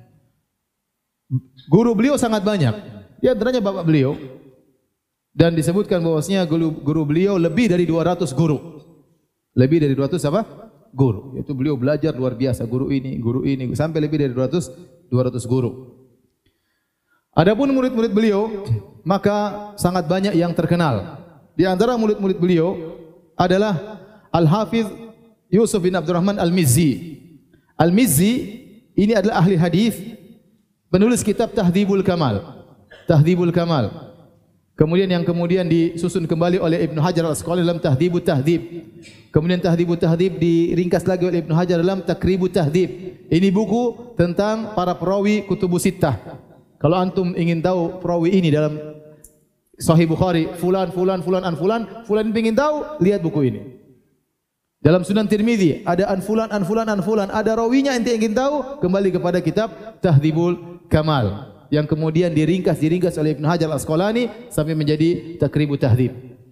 guru beliau sangat banyak. Di antaranya bapak beliau, dan disebutkan bahwasanya guru, guru beliau lebih dari dua ratus guru. Lebih dari dua ratus apa? Guru. Yaitu beliau belajar luar biasa, guru ini, guru ini, sampai lebih dari dua ratus dua ratus guru. Adapun murid-murid beliau, maka sangat banyak yang terkenal. Di antara murid-murid beliau adalah Al-Hafiz Yusuf bin Abdurrahman Al-Mizzi. Al-Mizzi ini adalah ahli hadis, penulis kitab Tahdhibul Kamal. Tahdhibul Kamal. Kemudian yang kemudian disusun kembali oleh Ibnu Hajar Al-Asqalani dalam Tahdhibut Tahdhib. Kemudian Tahdhibut Tahdhib diringkas lagi oleh Ibnu Hajar dalam Takribut Tahdhib. Ini buku tentang para perawi Kutubus Sittah. Kalau antum ingin tahu perawi ini dalam Sahih Bukhari, fulan fulan fulan an fulan, fulan ingin tahu, lihat buku ini. Dalam Sunan Tirmidzi ada an fulan an fulan an fulan, ada rawinya ente ingin tahu, kembali kepada kitab Tahdhibul Kamal yang kemudian diringkas diringkas oleh Ibnu Hajar Al-Asqalani sampai menjadi Takribut Tahdhib.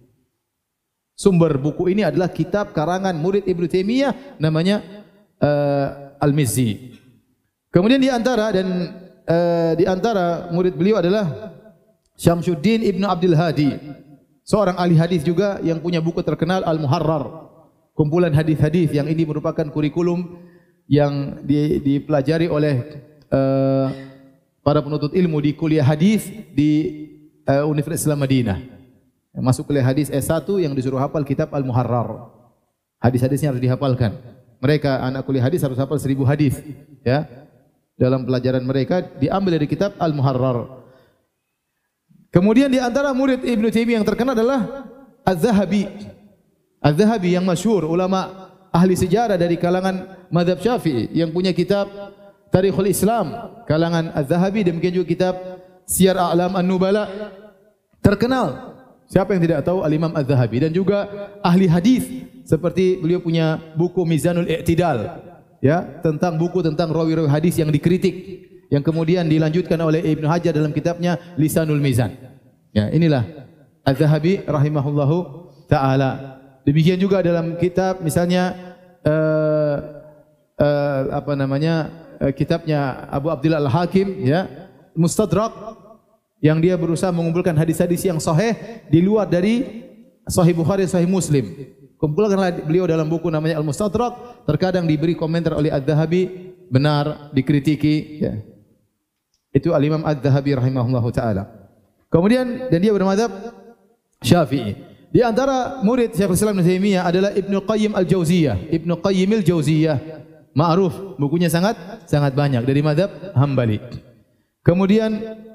Sumber buku ini adalah kitab karangan murid Ibnu Taimiyah namanya uh, Al-Mizzi. Kemudian di antara dan uh, di antara murid beliau adalah Syamsuddin Ibnu Abdul Hadi, seorang ahli hadis juga yang punya buku terkenal Al-Muharrar. Kumpulan hadis-hadis yang ini merupakan kurikulum yang di, dipelajari oleh uh, para penuntut ilmu di kuliah hadis di uh, Universitas Islam Madinah. Masuk kuliah hadis S satu yang disuruh hafal kitab Al-Muharrar. Hadis-hadisnya harus dihafalkan. Mereka anak kuliah hadis harus hafal seribu hadis, ya. Dalam pelajaran mereka diambil dari kitab Al-Muharrar. Kemudian di antara murid Ibnu Taimiyah yang terkenal adalah Az-Zahabi. Az-Zahabi yang masyhur, ulama ahli sejarah dari kalangan mazhab Syafi'i yang punya kitab Tarikhul Islam, kalangan Az-Zahabi, demikian juga kitab Siyar A'lam An-Nubala. Terkenal. Siapa yang tidak tahu Al-Imam Az-Zahabi, dan juga ahli hadis seperti beliau punya buku Mizanul I'tidal, ya, tentang buku tentang rawi-rawi hadis yang dikritik, yang kemudian dilanjutkan oleh Ibnu Hajar dalam kitabnya Lisanul Mizan. Ya, inilah Az-Zahabi rahimahullahu taala. Demikian juga dalam kitab misalnya uh, uh, apa namanya uh, kitabnya Abu Abdillah Al-Hakim, ya, Mustadrak, yang dia berusaha mengumpulkan hadis-hadis yang sahih di luar dari Sahih Bukhari, Sahih Muslim. Kumpulkanlah beliau dalam buku namanya Al-Mustadrak. Terkadang diberi komentar oleh Az-Zahabi, benar, dikritiki, ya. Itu Al-Imam Az-Zahabi rahimahullahu taala. Kemudian dan dia bermadzhab Syafi'i. Di antara murid Syekhul Islam Ibnu Taimiyah adalah Ibnu Qayyim Al-Jauziyah. Ibnu Qayyim Al-Jauziyah ma'ruf, bukunya sangat sangat banyak dari mazhab Hambali. Kemudian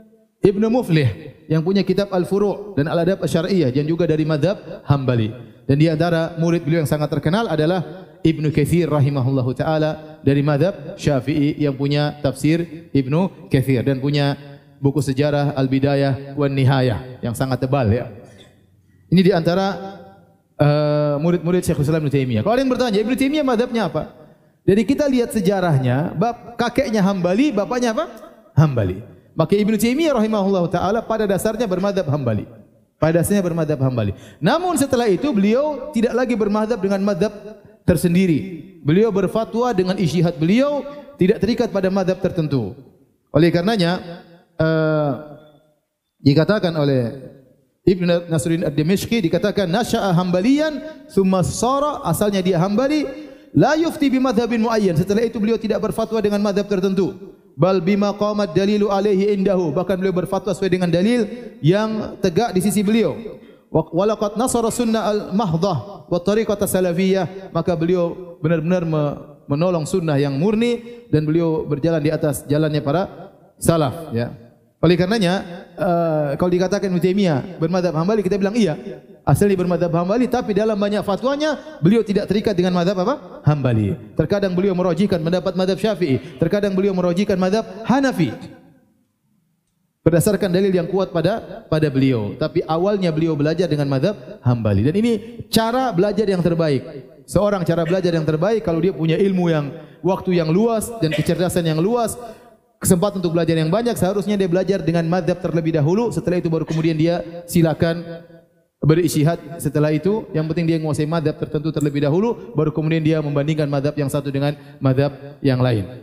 Ibnu Muflih yang punya kitab Al-Furu' dan Al-Adab Asy-Syar'iyyah yang juga dari mazhab Hambali. Dan di antara murid beliau yang sangat terkenal adalah Ibnu Katsir rahimahullahu taala dari mazhab Syafi'i yang punya tafsir Ibnu Katsir dan punya buku sejarah Al-Bidayah wan Nihayah yang sangat tebal ya. Ini di antara uh, murid-murid Syekhul Islam Ibnu Taimiyah. Kalau ada yang bertanya, Ibnu Taimiyah mazhabnya apa? Jadi kita lihat sejarahnya, bap, kakeknya Hambali, bapaknya apa? Hambali. Maka Ibnu Taimiyah rahimahullahu taala pada dasarnya bermadzhab Hambali. Pada dasarnya bermadzhab Hambali. Namun setelah itu beliau tidak lagi bermadzhab dengan madzhab tersendiri. Beliau berfatwa dengan ijtihad beliau, tidak terikat pada madzhab tertentu. Oleh karenanya uh, dikatakan oleh Ibnu Nasruddin Ad-Dimashqi, dikatakan nasya'a Hambaliyan tsumma shara, asalnya dia Hambali, la yufti bi madzhabin muayyan. Setelah itu beliau tidak berfatwa dengan madzhab tertentu. Bal bima qamat dalilu alaihi indahu, bahkan beliau berfatwa sesuai dengan dalil yang tegak di sisi beliau. Walaqad nasara sunnah al-mahdhah wa tariqata salafiyah, maka beliau benar-benar menolong sunnah yang murni dan beliau berjalan di atas jalannya para salaf ya. Oleh karenanya uh, kalau dikatakan Ibnu Taimiyah bermadzhab Hambali, kita bilang iya, asalnya bermadzhab Hambali, tapi dalam banyak fatwanya beliau tidak terikat dengan madzhab apa? Hambali. Terkadang beliau merajihkan mendapat madzhab Syafi'i, terkadang beliau merajihkan madzhab Hanafi. Berdasarkan dalil yang kuat pada pada beliau, tapi awalnya beliau belajar dengan madzhab Hambali. Dan ini cara belajar yang terbaik. Seorang cara belajar yang terbaik kalau dia punya ilmu yang waktu yang luas dan kecerdasan yang luas, kesempatan untuk belajar yang banyak, seharusnya dia belajar dengan madzhab terlebih dahulu. Setelah itu baru kemudian dia silakan berijtihad. Setelah itu yang penting dia menguasai madzhab tertentu terlebih dahulu, baru kemudian dia membandingkan madzhab yang satu dengan madzhab yang lain.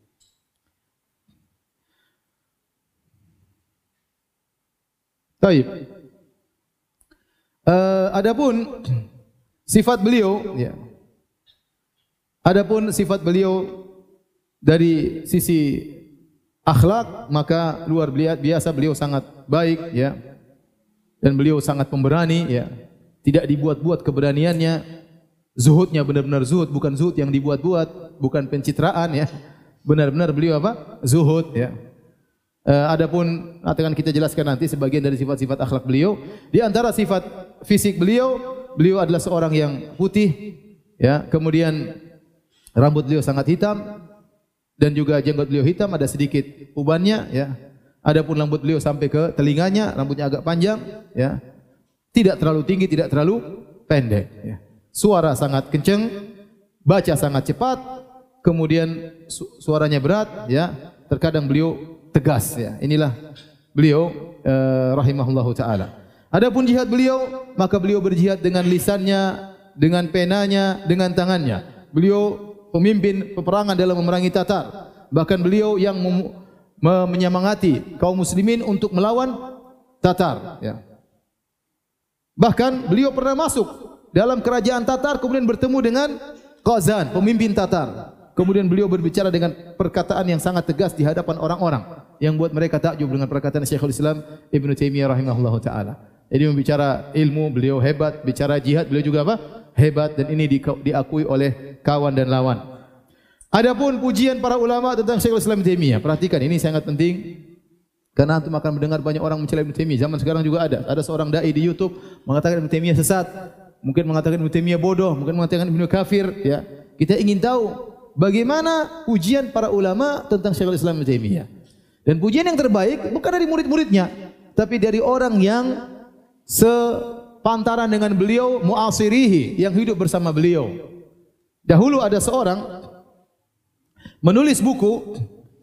Baik. Uh, adapun sifat beliau, ya. Adapun sifat beliau dari sisi akhlak, maka luar biasa beliau sangat baik ya. Dan beliau sangat pemberani ya. Tidak dibuat-buat keberaniannya. Zuhudnya benar-benar zuhud, bukan zuhud yang dibuat-buat, bukan pencitraan ya. Benar-benar beliau apa? Zuhud ya. Uh, adapun akan kita jelaskan nanti sebagian dari sifat-sifat akhlak beliau. Di antara sifat fisik beliau, beliau adalah seorang yang putih ya. Kemudian rambut beliau sangat hitam. Dan juga jenggot beliau hitam, ada sedikit ubannya ya. Adapun rambut beliau sampai ke telinganya, rambutnya agak panjang ya. Tidak terlalu tinggi, tidak terlalu pendek ya. Suara sangat kencang, baca sangat cepat, kemudian su suaranya berat ya. Terkadang beliau tegas ya. Inilah beliau eh, rahimahullahu taala. Adapun jihad beliau, maka beliau berjihad dengan lisannya, dengan penanya, dengan tangannya. Beliau pemimpin peperangan dalam memerangi Tatar. Bahkan beliau yang menyemangati kaum muslimin untuk melawan Tatar ya. Bahkan beliau pernah masuk dalam kerajaan Tatar, kemudian bertemu dengan Qazan, pemimpin Tatar. Kemudian beliau berbicara dengan perkataan yang sangat tegas di hadapan orang-orang yang buat mereka takjub dengan perkataan Syekhul Islam Ibnu Taimiyah rahimahullahu taala. Jadi membicara ilmu beliau hebat, bicara jihad beliau juga apa? Hebat, dan ini diakui oleh kawan dan lawan. Adapun pujian para ulama tentang Syekhul Islam Ibnu Taimiyah, perhatikan ini sangat penting karena antum akan mendengar banyak orang mencela Ibnu Taimiyah. Zaman sekarang juga ada. Ada seorang dai di YouTube mengatakan Ibnu Taimiyah sesat, mungkin mengatakan Ibnu Taimiyah bodoh, mungkin mengatakan Ibnu kafir ya. Kita ingin tahu bagaimana pujian para ulama tentang Syekhul Islam Ibnu Taimiyah. Dan pujian yang terbaik bukan dari murid-muridnya, tapi dari orang yang sepantaran dengan beliau, mu'asirihi, yang hidup bersama beliau. Dahulu ada seorang menulis buku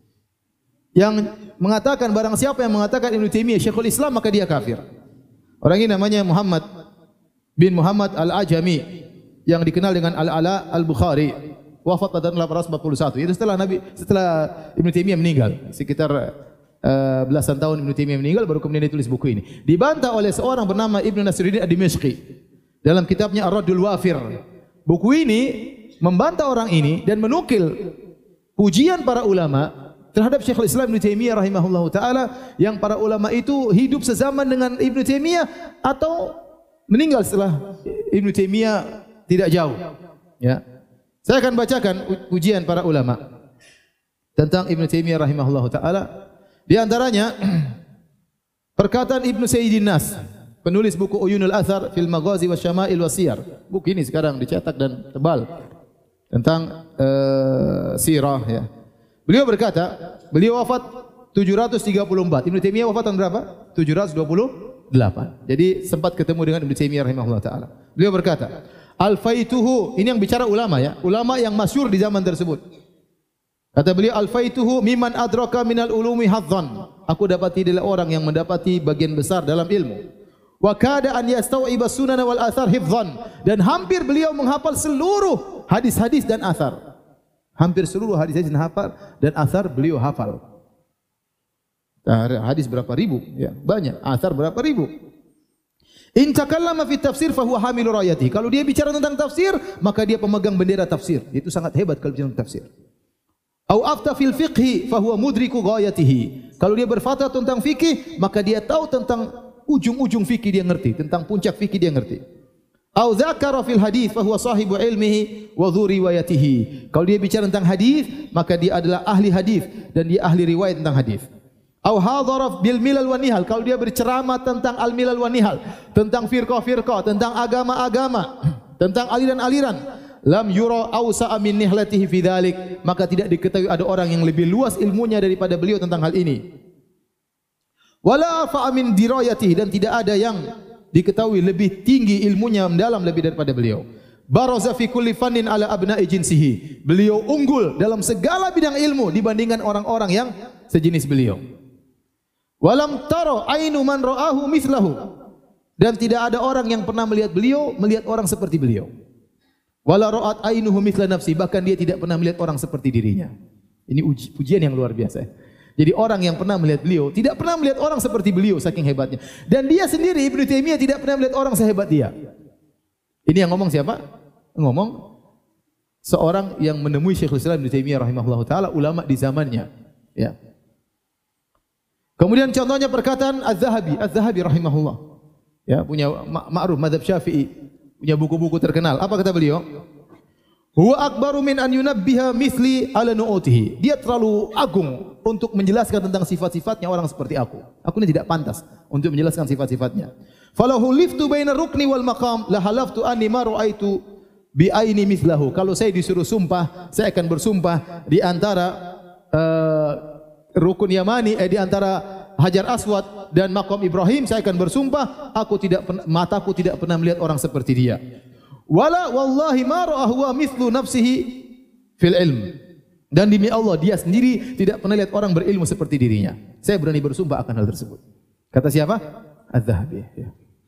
yang mengatakan barang siapa yang mengatakan Ibnu Taimiyah Syekhul Islam maka dia kafir. Orang ini namanya Muhammad bin Muhammad Al-Ajami yang dikenal dengan Al-Ala Al-Bukhari. Wafat pada tahun delapan ratus empat puluh satu. Itu setelah Nabi setelah Ibnu Taimiyah meninggal. Sekitar uh, belasan tahun Ibnu Taimiyah meninggal baru kemudian ditulis buku ini. Dibantah oleh seorang bernama Ibnu Nasruddin Ad-Dimashqi dalam kitabnya Ar-Raddul Wafir. Buku ini membantah orang ini dan menukil pujian para ulama terhadap Syekhul Islam Ibnu Taimiyah rahimahullahu taala, yang para ulama itu hidup sezaman dengan Ibnu Taimiyah atau meninggal setelah Ibnu Taimiyah tidak jauh. Ya. Saya akan bacakan pujian para ulama tentang Ibnu Taimiyah rahimahullahu taala. Di antaranya Perkataan Ibnu Sayyidin Nas, penulis buku Uyunul Athar fil Maghazi wa Syama'il wa Siyar. Buku ini sekarang dicetak dan tebal tentang uh, sirah ya. Beliau berkata, beliau wafat tujuh ratus tiga puluh empat. Ibnu Taimiyah wafat tahun berapa? tujuh ratus dua puluh delapan. Jadi sempat ketemu dengan Ibnu Taimiyah rahimahullah taala. Beliau berkata, "Alfaituhu," ini yang bicara ulama ya, ulama yang masyhur di zaman tersebut. Kata beliau, "Alfaituhu mimman adraka minal ulumi hadzan." Aku dapati dari orang yang mendapati bagian besar dalam ilmu. Wa kada an yastau'iba sunan wal athar hifdzan, dan hampir beliau menghafal seluruh hadis-hadis dan athar. Hampir seluruh hadis-hadis dan hafal dan athar beliau hafal. Hadis berapa ribu? Ya, banyak. Athar berapa ribu? In takallama fi tafsir fa huwa hamilu rayati. Kalau dia bicara tentang tafsir, maka dia pemegang bendera tafsir. Itu sangat hebat kalau bicara tentang tafsir. Au afta fil fiqhi fa huwa mudriku ghayatihi. Kalau dia berfatwa tentang fikih, maka dia tahu tentang ujung-ujung fikih dia ngerti, tentang puncak fikih dia ngerti. Au dzakara fil hadis fa huwa sahibu ilmihi wa dhu riwayatihi. Kalau dia bicara tentang hadis, maka dia adalah ahli hadis dan dia ahli riwayat tentang hadis. Au hadhara bil milal wa nihal. Kalau dia berceramah tentang al milal wa nihal, tentang firqah-firqah, tentang agama-agama, tentang aliran-aliran, lam yura awsa'a min nihlatihi fi dzalik, maka tidak diketahui ada orang yang lebih luas ilmunya daripada beliau tentang hal ini. Wala afa'a min dirayatihi, dan tidak ada yang diketahui lebih tinggi ilmunya mendalam lebih daripada beliau. Baraza fi kulli fannin ala abna'i jinsihi. Beliau unggul dalam segala bidang ilmu dibandingkan orang-orang yang sejenis beliau. Walam tara ainu man ra'ahu mithlahu, dan tidak ada orang yang pernah melihat beliau melihat orang seperti beliau. Wala ra'at ainuhu mithla nafsi, bahkan dia tidak pernah melihat orang seperti dirinya. Ini uji, pujian yang luar biasa. Jadi orang yang pernah melihat beliau tidak pernah melihat orang seperti beliau, saking hebatnya. Dan dia sendiri Ibnu Taimiyah tidak pernah melihat orang sehebat dia. Ini yang ngomong siapa? Ngomong seorang yang menemui Syekhul Islam Ibnu Taimiyah rahimahullahu taala, ulama di zamannya, ya. Kemudian contohnya perkataan Az-Zahabi, Az-Zahabi rahimahullah. Ya, punya ma'ruf mazhab Syafi'i, punya buku-buku terkenal. Apa kata beliau? Huwa akbaru min an yunabbiha mithli ala nu'utihi. Dia terlalu agung untuk menjelaskan tentang sifat-sifatnya orang seperti aku. Aku ini tidak pantas untuk menjelaskan sifat-sifatnya. Falahu liftu baina rukni wal maqam la halaftu anni ma ra'aitu bi aini mithlahu. Kalau saya disuruh sumpah, saya akan bersumpah di antara uh, rukun Yamani, eh, di antara Hajar Aswad dan Maqam Ibrahim, saya akan bersumpah aku tidak mataku tidak pernah melihat orang seperti dia. Wala wallahi ma ra'ahu wa mithlu nafsihi fil ilm. Dan demi Allah dia sendiri tidak pernah lihat orang berilmu seperti dirinya. Saya berani bersumpah akan hal tersebut. Kata siapa? Az-Zahabi. Ya.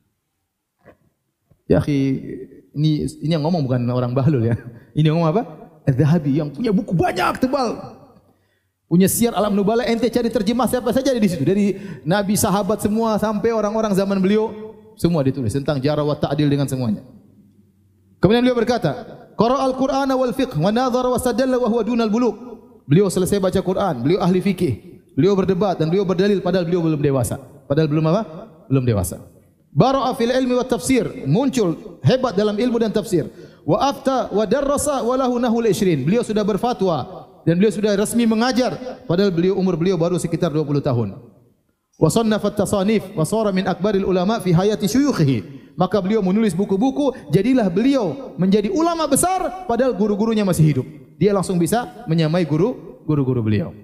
Ya akhi, ini ini yang ngomong bukan orang bahlul ya. Ini yang ngomong apa? Az-Zahabi yang punya buku banyak tebal. Punya Syiar Alam Nubala, ente cari terjemah siapa saja ada di situ. Dari nabi, sahabat semua sampai orang-orang zaman beliau semua ditulis tentang jarh wa ta'dil dengan semuanya. Kemudian beliau berkata, qara'al Qur'ana wal fiqh wa nadhara wa sadalla wa huwa dunal bulugh. Beliau selesai baca Quran, beliau ahli fikih, beliau berdebat dan beliau berdalil padahal beliau belum dewasa. Padahal belum apa? Belum dewasa. Bara'a fil ilmi wa tafsir, muncul hebat dalam ilmu dan tafsir. Wa afta wa darrasa wa lahu nahul ishrin. Beliau sudah berfatwa dan beliau sudah resmi mengajar padahal beliau umur beliau baru sekitar dua puluh tahun. Wa sannafat tasanif wa sara min akbaril ulama fi hayati syuyukhihi. Maka beliau menulis buku-buku, jadilah beliau menjadi ulama besar padahal guru-gurunya masih hidup. Dia langsung bisa menyamai guru guru-guru beliau.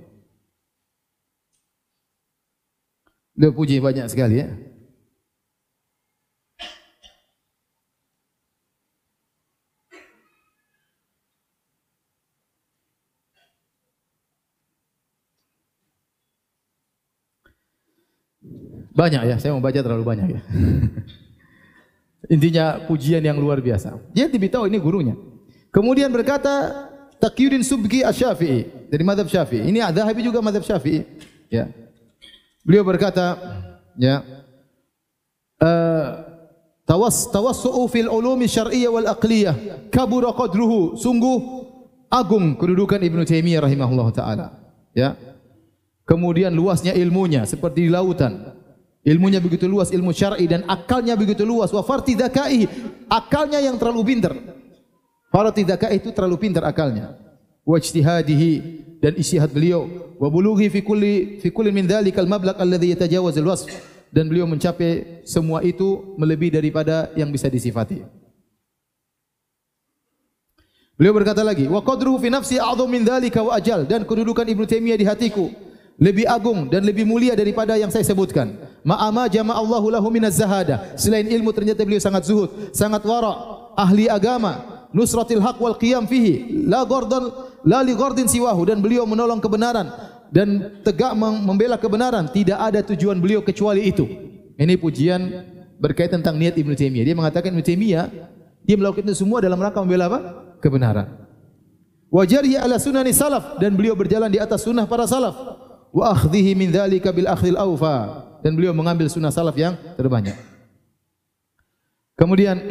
Beliau puji banyak sekali ya. Banyak ya, saya mau baca terlalu banyak ya. Intinya pujian yang luar biasa. Dia tiba tahu ini gurunya. Kemudian berkata Taqiyuddin Subki Asy-Syafi'i dari mazhab Syafi'i. Ini Az-Zahabi juga mazhab Syafi'i, ya. Beliau berkata, ya, uh, tawas tawassu'u fil ulumi syar'iyyah wal aqliyah kabura qadruhu. Sungguh agung kedudukan Ibnu Taimiyah rahimahullah taala, ya. Kemudian luasnya ilmunya seperti di lautan. Ilmunya begitu luas, ilmu syar'i, dan akalnya begitu luas. Wa farti dzakaihi, akalnya yang terlalu pintar. Farti dzakaihi itu terlalu pintar akalnya. Wa ijtihadihi, dan ijtihad beliau. Wa bulughi fi kulli fi kulli min dzalikal mablagh alladhi yatajawazul wasf. dan beliau mencapai semua itu melebihi daripada yang bisa disifati. Beliau berkata lagi, wa qadruhu fi nafsi a'dham min dzalika wa ajal, dan kedudukan Ibnu Taimiyah di hatiku lebih agung dan lebih mulia daripada yang saya sebutkan. Ma'ama jama'allahu lahu minaz zahada. Selain ilmu ternyata beliau sangat zuhud, sangat wara, ahli agama, nusratil haq wal qiyam fihi, la ghardan la li ghardin siwahu, dan beliau menolong kebenaran dan tegak membela kebenaran, tidak ada tujuan beliau kecuali itu. Ini pujian berkaitan tentang niat Ibnu Taimiyah. Dia mengatakan Ibnu Taimiyah dia melakukan itu semua dalam rangka membela apa? Kebenaran. Wa jariya ala sunani salaf, dan beliau berjalan di atas sunnah para salaf. Wa akhdhihi min dzalika bil akhdhil awfa, dan beliau mengambil sunnah salaf yang terbanyak. Kemudian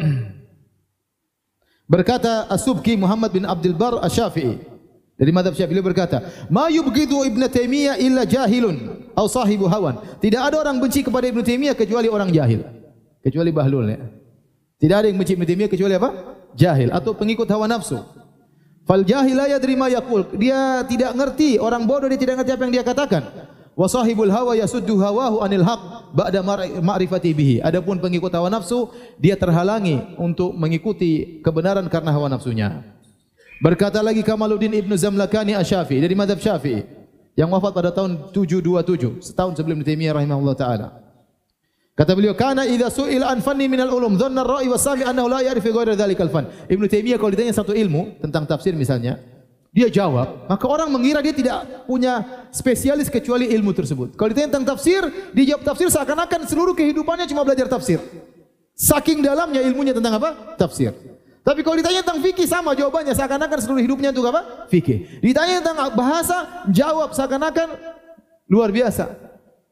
berkata As-Subki Muhammad bin Abdul Bar Asy-Syafi'i dari mazhab Syafi'i, beliau berkata, "Ma yubghidu Ibnu Taimiyah illa jahilun aw sahibu hawan." Tidak ada orang benci kepada Ibnu Taimiyah kecuali orang jahil. Kecuali bahlul ya. Tidak ada yang benci Ibnu Taimiyah kecuali apa? Jahil atau pengikut hawa nafsu. Fal jahil la yadri ma yaqul. Dia tidak ngerti, orang bodoh dia tidak ngerti apa yang dia katakan. Wa sahibul hawa yasuddu hawahu anil haq ba'da ma'rifati bihi. Adapun pengikut hawa nafsu, dia terhalangi untuk mengikuti kebenaran karena hawa nafsunya. Berkata lagi Kamaluddin Ibnu Zamlakani Asy-Syafi'i dari mazhab Syafi'i yang wafat pada tahun tujuh ratus dua puluh tujuh, setahun sebelum Ibnu Taimiyah rahimahullah taala. Kata beliau, "Kana idza su'ila an fanni minal ulum dhanna ar-ra'i was-sami annahu la ya'rifu ghayra dzalikal fan." Ibnu Taimiyah kalau ditanya satu ilmu tentang tafsir misalnya, dia jawab, maka orang mengira dia tidak punya spesialis kecuali ilmu tersebut. Kalau ditanya tentang tafsir, dia jawab tafsir seakan-akan seluruh kehidupannya cuma belajar tafsir. Saking dalamnya ilmunya tentang apa? Tafsir. Tapi kalau ditanya tentang fikih sama jawabannya, seakan-akan seluruh hidupnya untuk apa? Fikih. Ditanya tentang bahasa, jawab seakan-akan luar biasa.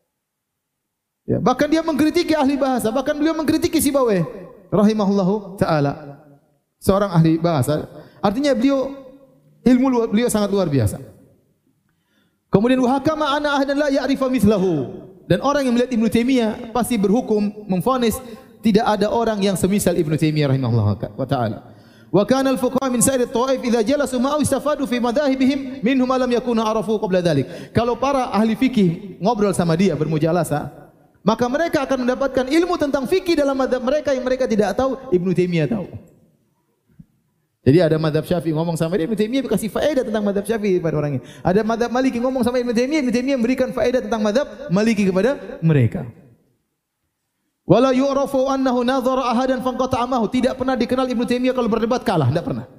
Ya, bahkan dia mengkritiki ahli bahasa, bahkan beliau mengkritiki Sibawayh rahimahullahu taala, seorang ahli bahasa. Artinya beliau ilmu luar, beliau sangat luar biasa. Kemudian wa hakama ana ahdan la ya'rifa mithlahu, dan orang yang melihat Ibnu Taimiyah pasti berhukum memvonis tidak ada orang yang semisal Ibnu Taimiyah rahimahullahu taala. Wa kana al-fuqaha min sa'ir at-ta'if idza jalasu ma'a istafadu fi madahibihim minhum lam yakunu arafu qabla dhalik. Kalau para ahli fikih ngobrol sama dia bermujalasah, maka mereka akan mendapatkan ilmu tentang fikih dalam mazhab mereka yang mereka tidak tahu, Ibnu Taimiyah tahu. Jadi ada mazhab Syafi'i ngomong sama dia, Ibnu Taimiyah kasih faedah tentang mazhab Syafi'i kepada orang ini. Ada mazhab Maliki ngomong sama Ibnu Taimiyah, Ibnu Taimiyah memberikan faedah tentang mazhab Maliki kepada mereka. Wala yu'rafu annahu nadhara ahadan fanqata'amahu. Tidak pernah dikenal Ibnu Taimiyah kalau berdebat kalah, tidak pernah.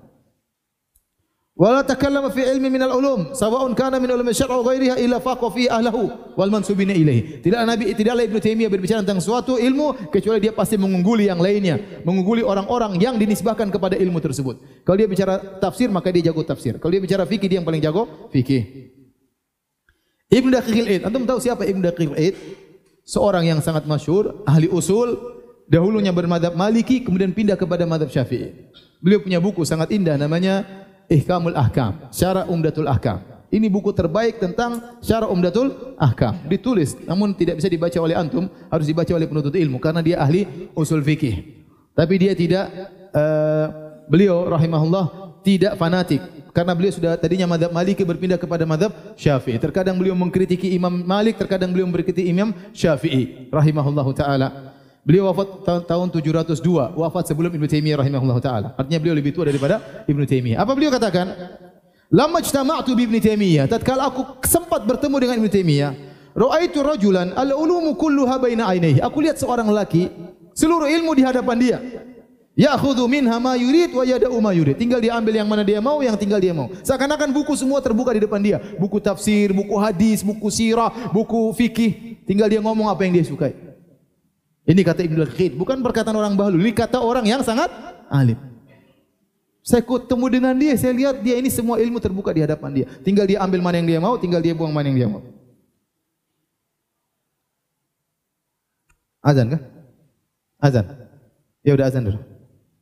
Wala takallama fi ilmi minal ulum sawa'un kana min ulumi syar'i wa ghairiha illa faqa fi ahlahu wal mansubina ilaihi. Tidak Nabi tidaklah Ibnu Taimiyah berbicara tentang suatu ilmu kecuali dia pasti mengungguli yang lainnya, mengungguli orang-orang yang dinisbahkan kepada ilmu tersebut. Kalau dia bicara tafsir maka dia jago tafsir. Kalau dia bicara fikih dia yang paling jago fikih. Ibnu Daqiqil Id, antum tahu siapa Ibnu Daqiqil Id? Seorang yang sangat masyhur, ahli usul, dahulunya bermadzhab Maliki kemudian pindah kepada madzhab Syafi'i. Beliau punya buku sangat indah namanya Ihkamul Ahkam, Syarah Umdatul Ahkam. Ini buku terbaik tentang Syarah Umdatul Ahkam. Ditulis, namun tidak bisa dibaca oleh antum, harus dibaca oleh penuntut ilmu karena dia ahli usul fikih. Tapi dia tidak, uh, beliau rahimahullah tidak fanatik karena beliau sudah tadinya mazhab Maliki berpindah kepada mazhab Syafi'i. Terkadang beliau mengkritiki Imam Malik, terkadang beliau mengkritiki Imam Syafi'i rahimahullahu taala. Beliau wafat tahun tujuh ratus dua, wafat sebelum Ibnu Taimiyah rahimahullahu taala. Artinya beliau lebih tua daripada Ibnu Taimiyah. Apa beliau katakan? Lamma ijtama'tu bi Ibnu Taimiyah, tatkala aku sempat bertemu dengan Ibnu Taimiyah, ra'aitu rajulan al-ulumu kulluha baina ainaihi. Aku lihat seorang lelaki, seluruh ilmu di hadapan dia. Ya'khudhu minha ma yurid wa yada'u ma yurid. Tinggal dia ambil yang mana dia mau, yang tinggal dia mau. Seakan-akan buku semua terbuka di depan dia. Buku tafsir, buku hadis, buku sirah, buku fikih. Tinggal dia ngomong apa yang dia sukai. Ini kata Ibnu Daqiq, bukan perkataan orang bahlul, ini kata orang yang sangat alim. Saya ketemu dengan dia, saya lihat dia ini semua ilmu terbuka di hadapan dia. Tinggal dia ambil mana yang dia mau, tinggal dia buang mana yang dia mau. Azan kah? Azan. Ya udah azan dulu.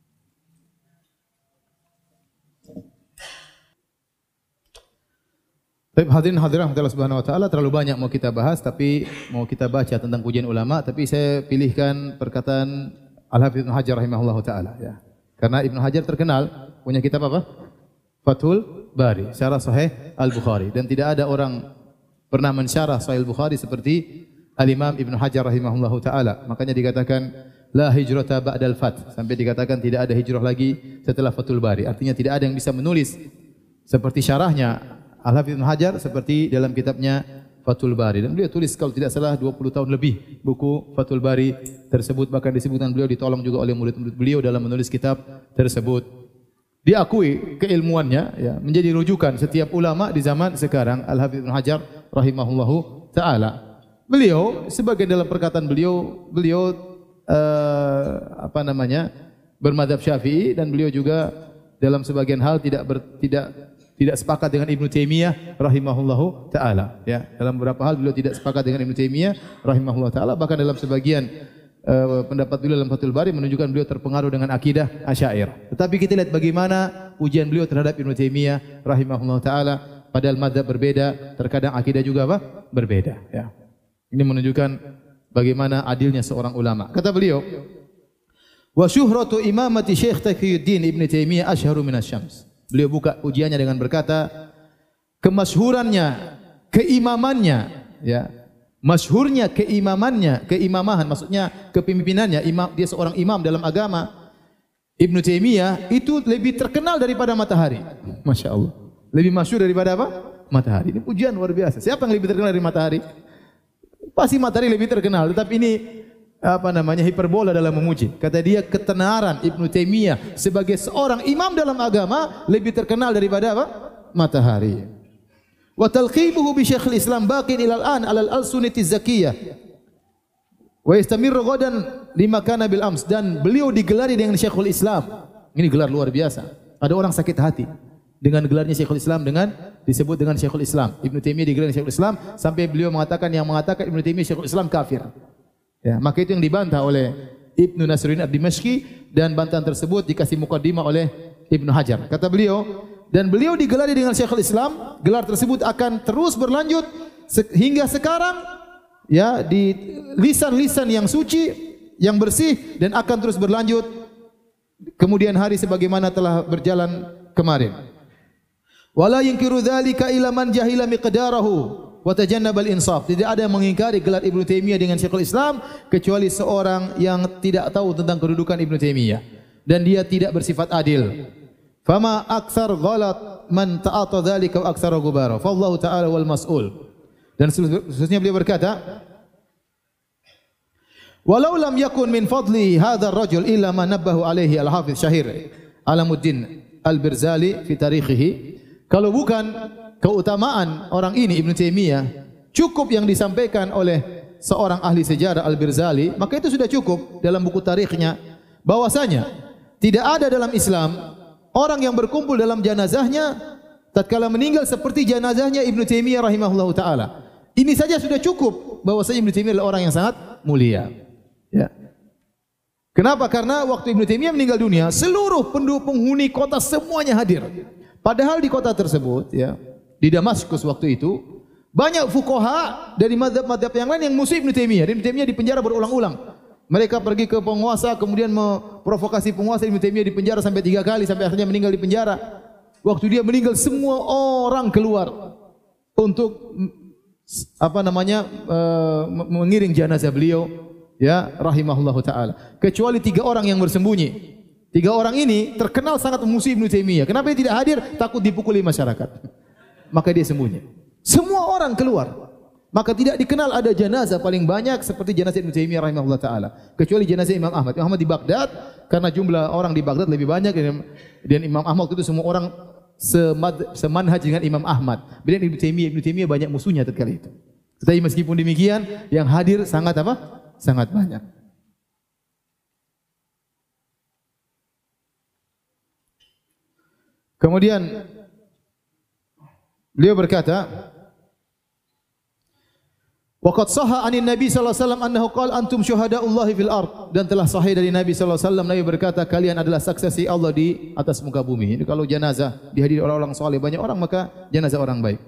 Baik, hadirin hadirat Allah Subhanahu wa taala, terlalu banyak mau kita bahas tapi mau kita baca tentang pujian ulama, tapi saya pilihkan perkataan Al-Hafidz Ibnu Hajar rahimahullahu taala ya. Karena Ibnu Hajar terkenal punya kitab apa? Fathul Bari, syarah Sahih Al-Bukhari, dan tidak ada orang pernah mensyarah Sahih Al-Bukhari seperti Al-Imam Ibn Hajar rahimahullahu taala. Makanya dikatakan la hijrata ba'dal fath, sampai dikatakan tidak ada hijrah lagi setelah Fathul Bari. Artinya tidak ada yang bisa menulis seperti syarahnya Al-Hafidz Ibn Hajar seperti dalam kitabnya Fathul Bari. Dan beliau tulis kalau tidak salah dua puluh tahun lebih buku Fathul Bari tersebut, bahkan disebutkan beliau ditolong juga oleh murid-murid beliau dalam menulis kitab tersebut. Diakui keilmuannya ya, menjadi rujukan setiap ulama di zaman sekarang. Al-Hafidz Ibn Hajar rahimahullahu taala. Beliau sebagian dalam perkataan beliau, beliau uh, apa namanya? bermadzhab Syafi'i, dan beliau juga dalam sebagian hal tidak ber, tidak tidak sepakat dengan Ibnu Taimiyah rahimahullahu taala ya. Dalam beberapa hal beliau tidak sepakat dengan Ibnu Taimiyah rahimahullahu taala, bahkan dalam sebagian uh, pendapat beliau dalam Fathul Bari menunjukkan beliau terpengaruh dengan akidah Asy'ariyah. Tetapi kita lihat bagaimana ujian beliau terhadap Ibnu Taimiyah rahimahullahu taala, padahal madzhab berbeda, terkadang akidah juga apa? berbeda ya. Ini menunjukkan bagaimana adilnya seorang ulama. Kata beliau, wa syuhratu imamati Syekh Taqiyuddin Ibnu Taimiyah asyharu minasyams. Beliau buka ujiannya dengan berkata, kemasyhurannya, keimamannya, ya, masyhurnya keimamannya, keimamahan maksudnya kepemimpinannya, imam, dia seorang imam dalam agama. Ibnu Taimiyah itu lebih terkenal daripada matahari. Masya Allah. Lebih masyhur daripada apa? Matahari. Ini pujian luar biasa. Siapa yang lebih terkenal dari matahari? Pasti matahari lebih terkenal, tetapi ini apa namanya hiperbola dalam memuji. Kata dia, ketenaran Ibnu Taimiyah sebagai seorang imam dalam agama lebih terkenal daripada apa? Matahari. Wa talqibuhu bi Syekhul Islam baqin ilal an alal al-sunnati zakiyah. Wa yastamirru ghadan lima kana bil ams, dan beliau digelari dengan Syekhul Islam. Ini gelar luar biasa. Ada orang sakit hati dengan gelarnya Syekhul Islam, dengan disebut dengan Syekhul Islam. Ibnu Taimiyah digelar Syekhul Islam sampai beliau mengatakan yang mengatakan Ibnu Taimiyah Syekhul Islam kafir. Ya, maka itu yang dibantah oleh Ibnu Nasruddin ad-Dimashqi, dan bantahan tersebut dikasih mukaddimah oleh Ibnu Hajar. Kata beliau, dan beliau digelari dengan Syekhul Islam, gelar tersebut akan terus berlanjut hingga sekarang ya, di lisan-lisan yang suci, yang bersih, dan akan terus berlanjut kemudian hari sebagaimana telah berjalan kemarin. Wala yunkiru dzalika ila man jahila miqdarahu wa tajannaba al-insaf. Tidak ada yang mengingkari gelar Ibnu Taimiyah dengan Syekhul Islam kecuali seorang yang tidak tahu tentang kedudukan Ibnu Taimiyah dan dia tidak bersifat adil. Fama aktsar ghalat man ta'ata dzalika wa aktsara ghubara. Fallahu ta'ala wal mas'ul. Dan seterusnya beliau berkata, walau lam yakun min fadli hadzal rajul illa ma nabbahu alaihi al-Hafiz Syahir Alamuddin Al-Birzali fi tarikhihi. Kalau bukan keutamaan orang ini Ibnu Taimiyah, cukup yang disampaikan oleh seorang ahli sejarah Al-Birzali, maka itu sudah cukup dalam buku tarikhnya bahwasanya tidak ada dalam Islam orang yang berkumpul dalam janazahnya tatkala meninggal seperti janazahnya Ibnu Taimiyah rahimahullahu taala. Ini saja sudah cukup bahwasanya Ibnu Taimiyah adalah orang yang sangat mulia. Ya. Kenapa? Karena waktu Ibnu Taimiyah meninggal dunia, seluruh penduduk penghuni kota semuanya hadir. Padahal di kota tersebut, ya, di Damaskus waktu itu banyak fuqaha dari mazhab-mazhab yang lain yang musuh Ibnu Taimiyah. Ibnu Taimiyah dipenjara berulang-ulang. Mereka pergi ke penguasa, kemudian memprovokasi penguasa. Ibnu Taimiyah dipenjara sampai tiga kali, sampai akhirnya meninggal di penjara. Waktu dia meninggal, semua orang keluar untuk apa namanya uh, mengiring jenazah beliau, ya, rahimahullahu taala. Kecuali tiga orang yang bersembunyi. Tiga orang ini terkenal sangat memusuhi Ibnu Taimiyah. Kenapa dia tidak hadir? Takut dipukuli masyarakat. Maka dia sembunyi. Semua orang keluar. Maka tidak dikenal ada jenazah paling banyak seperti jenazah Ibnu Taimiyah rahimahullah taala. Kecuali jenazah Imam Ahmad. Imam Ahmad di Baghdad, karena jumlah orang di Baghdad lebih banyak, dan Imam Ahmad itu semua orang semad, semanhaj dengan Imam Ahmad. Beda Ibnu Taimiyah, Ibnu Taimiyah banyak musuhnya tatkala itu. Tetapi meskipun demikian, yang hadir sangat apa? Sangat banyak. Kemudian beliau berkata, waqad sahha 'anin Nabi sallallahu alaihi wasallam annahu qala antum syuhada'ullahi fil ard, dan telah sahih dari Nabi sallallahu alaihi wasallam, Nabi berkata kalian adalah saksi Allah di atas muka bumi. Ini kalau jenazah dihadiri orang-orang saleh banyak orang, maka jenazah orang baik.